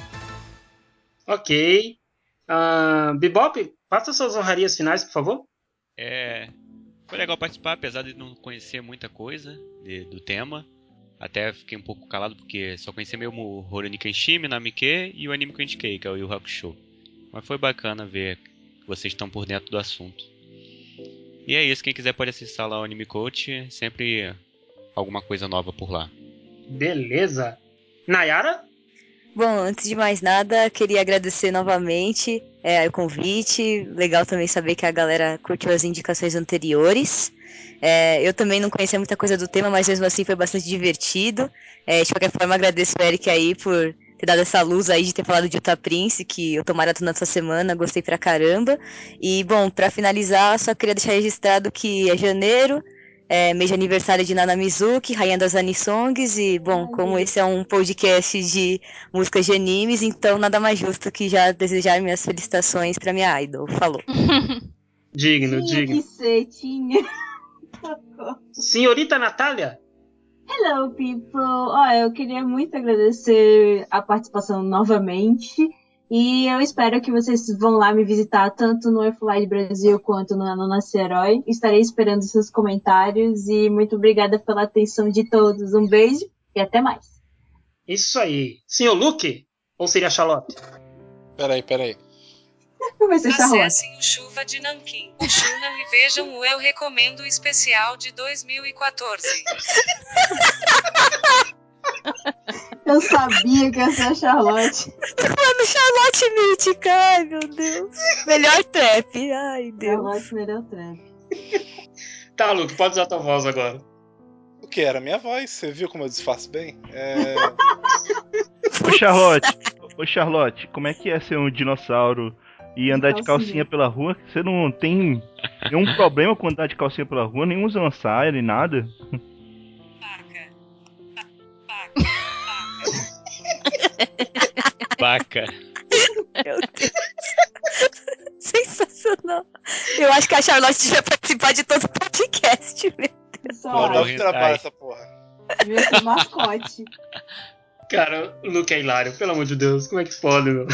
Ok. Uh, Bebop, faça suas honrarias finais, por favor. É, foi legal participar, apesar de não conhecer muita coisa de, do tema. Até fiquei um pouco calado, porque só conheci mesmo o Rurouni Kenshin, Namike e o anime que eu indiquei, que é o Yu Hakusho. Mas foi bacana ver que vocês estão por dentro do assunto. E é isso, quem quiser pode acessar lá o Anime Coach, sempre alguma coisa nova por lá. Beleza. Nayara? Bom, antes de mais nada, queria agradecer novamente é, o convite. Legal também saber que a galera curtiu as indicações anteriores. É, eu também não conhecia muita coisa do tema, mas mesmo assim foi bastante divertido. É, de qualquer forma, agradeço o Eric aí por ter dado essa luz aí de ter falado de Uta Prince, que eu tô maratonando essa semana, gostei pra caramba. E, bom, pra finalizar, só queria deixar registrado que é janeiro, é mês de aniversário de Nana Mizuki, rainha das Anisongs, e, bom, como esse é um podcast de músicas de animes, então nada mais justo que já desejar minhas felicitações pra minha idol. Falou. Digno, Tinha digno. que ser, tinha. Senhorita Natália? Hello, people! Ó, eu queria muito agradecer a participação novamente. E eu espero que vocês vão lá me visitar tanto no Earthlight Brasil quanto no Anonassi Herói. Estarei esperando seus comentários e muito obrigada pela atenção de todos. Um beijo e até mais. Isso aí. Senhor Luke? Ou seria Charlotte? Peraí, peraí. Vai ser Charlotte. Acessem o Chuva de Nanquim, o Shuna e vejam o Eu Recomendo Especial de dois mil e quatorze. Eu sabia que ia ser a Charlotte. Mano, Charlotte mítica, ai meu Deus. Melhor trap, ai Deus. Charlotte, melhor trap. Tá, Luke, pode usar tua voz agora. O que era minha voz? Você viu como eu disfarço bem? É... Ô Charlotte, ô Charlotte, como é que é ser um dinossauro e andar de calcinha pela rua? Você não tem nenhum problema com andar de calcinha pela rua, nem usa uma saia, nem nada? Paca. Meu Deus. Sensacional. Eu acho que a Charlotte devia participar de todo o podcast, meu Deus. Pô, dá um trabalho essa porra. Devia ser mascote. Cara, o Luke é hilário, pelo amor de Deus, como é que pode, meu?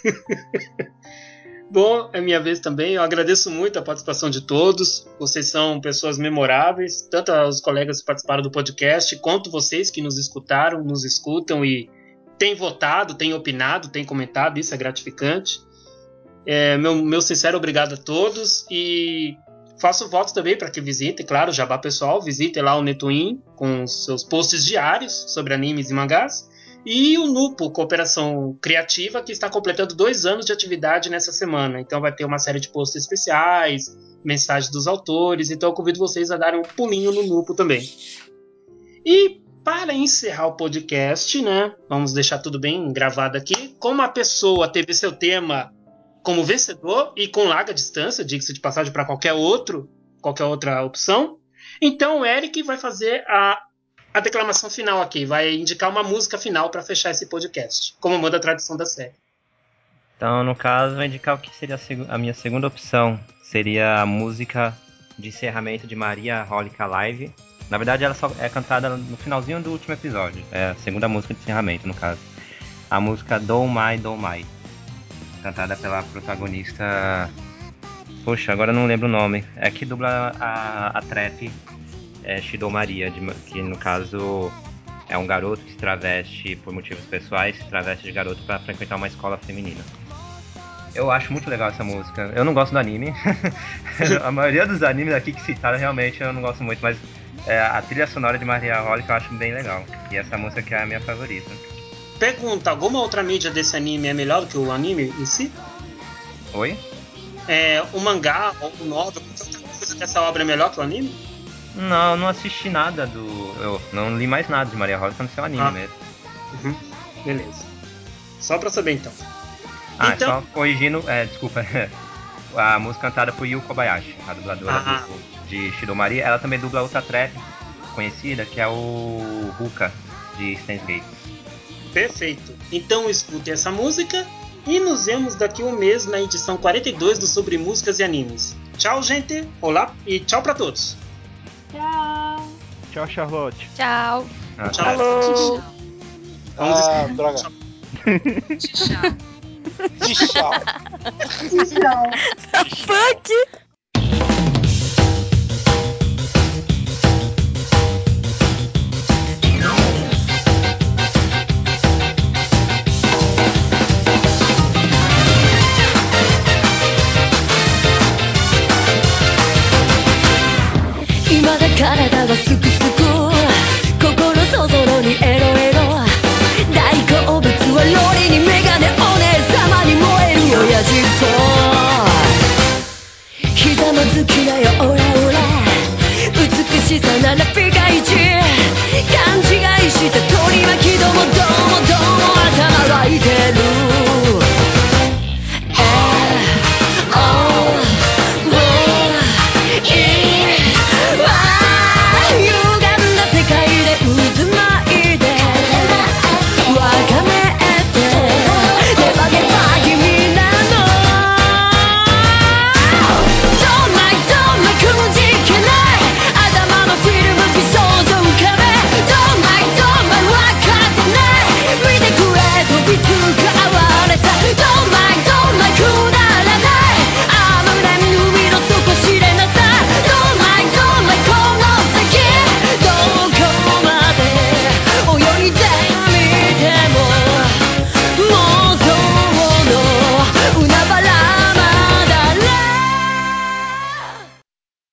Bom, é minha vez também, eu agradeço muito a participação de todos, vocês são pessoas memoráveis, tanto os colegas que participaram do podcast, quanto vocês que nos escutaram, nos escutam e têm votado, têm opinado, têm comentado, isso é gratificante. É, meu, meu sincero obrigado a todos e faço votos também para que visitem, claro, Jabá Pessoal, visitem lá o Netoin com seus posts diários sobre animes e mangás. E o Nupo, Cooperação Criativa, que está completando dois anos de atividade nessa semana. Então vai ter uma série de posts especiais, mensagens dos autores. Então eu convido vocês a darem um pulinho no Nupo também. E para encerrar o podcast, né, vamos deixar tudo bem gravado aqui. Como a pessoa teve seu tema como vencedor e com larga distância, diga-se de passagem para qualquer outro, qualquer outra opção, então o Eric vai fazer a a declamação final aqui, vai indicar uma música final para fechar esse podcast, como manda a tradição da série. Então, no caso, vou indicar o que seria a, seg- a minha segunda opção. Seria a música de encerramento de Maria Holica Live. Na verdade, ela só é cantada no finalzinho do último episódio. É a segunda música de encerramento, no caso. A música Do Mai Do Mai. Cantada pela protagonista... Poxa, agora eu não lembro o nome. É que dubla a, a trap... É Shido Maria, de, que no caso é um garoto que se traveste por motivos pessoais, se traveste de garoto para frequentar uma escola feminina. Eu acho muito legal essa música. Eu não gosto do anime. A maioria dos animes aqui que citaram realmente eu não gosto muito, mas é, a trilha sonora de Maria Holic eu acho bem legal. E essa música que é a minha favorita. Pergunta, alguma outra mídia desse anime é melhor do que o anime em si? Oi? É, o mangá ou o novel, qualquer coisa dessa obra é melhor que o anime? Não, eu não assisti nada do... Eu não li mais nada de Maria Holic, a não ser o anime Ah. mesmo. Uhum. Beleza. Só pra saber então. Ah, então... só corrigindo, é, desculpa, a música cantada por Yu Kobayashi, a dubladora Ah. do, de Shidomari, ela também dubla outra trap conhecida, que é o Ruka, de Steins Gate. Perfeito. Então escutem essa música e nos vemos daqui a um mês na edição quarenta e dois do Sobre Músicas e Animes. Tchau, gente. Olá e tchau pra todos. Tchau. Tchau, Charlotte. Tchau. Ah, Tchau. Alô. Vamos Ah, escutar. droga. Tchau. Tchau. Tchau. Fuck!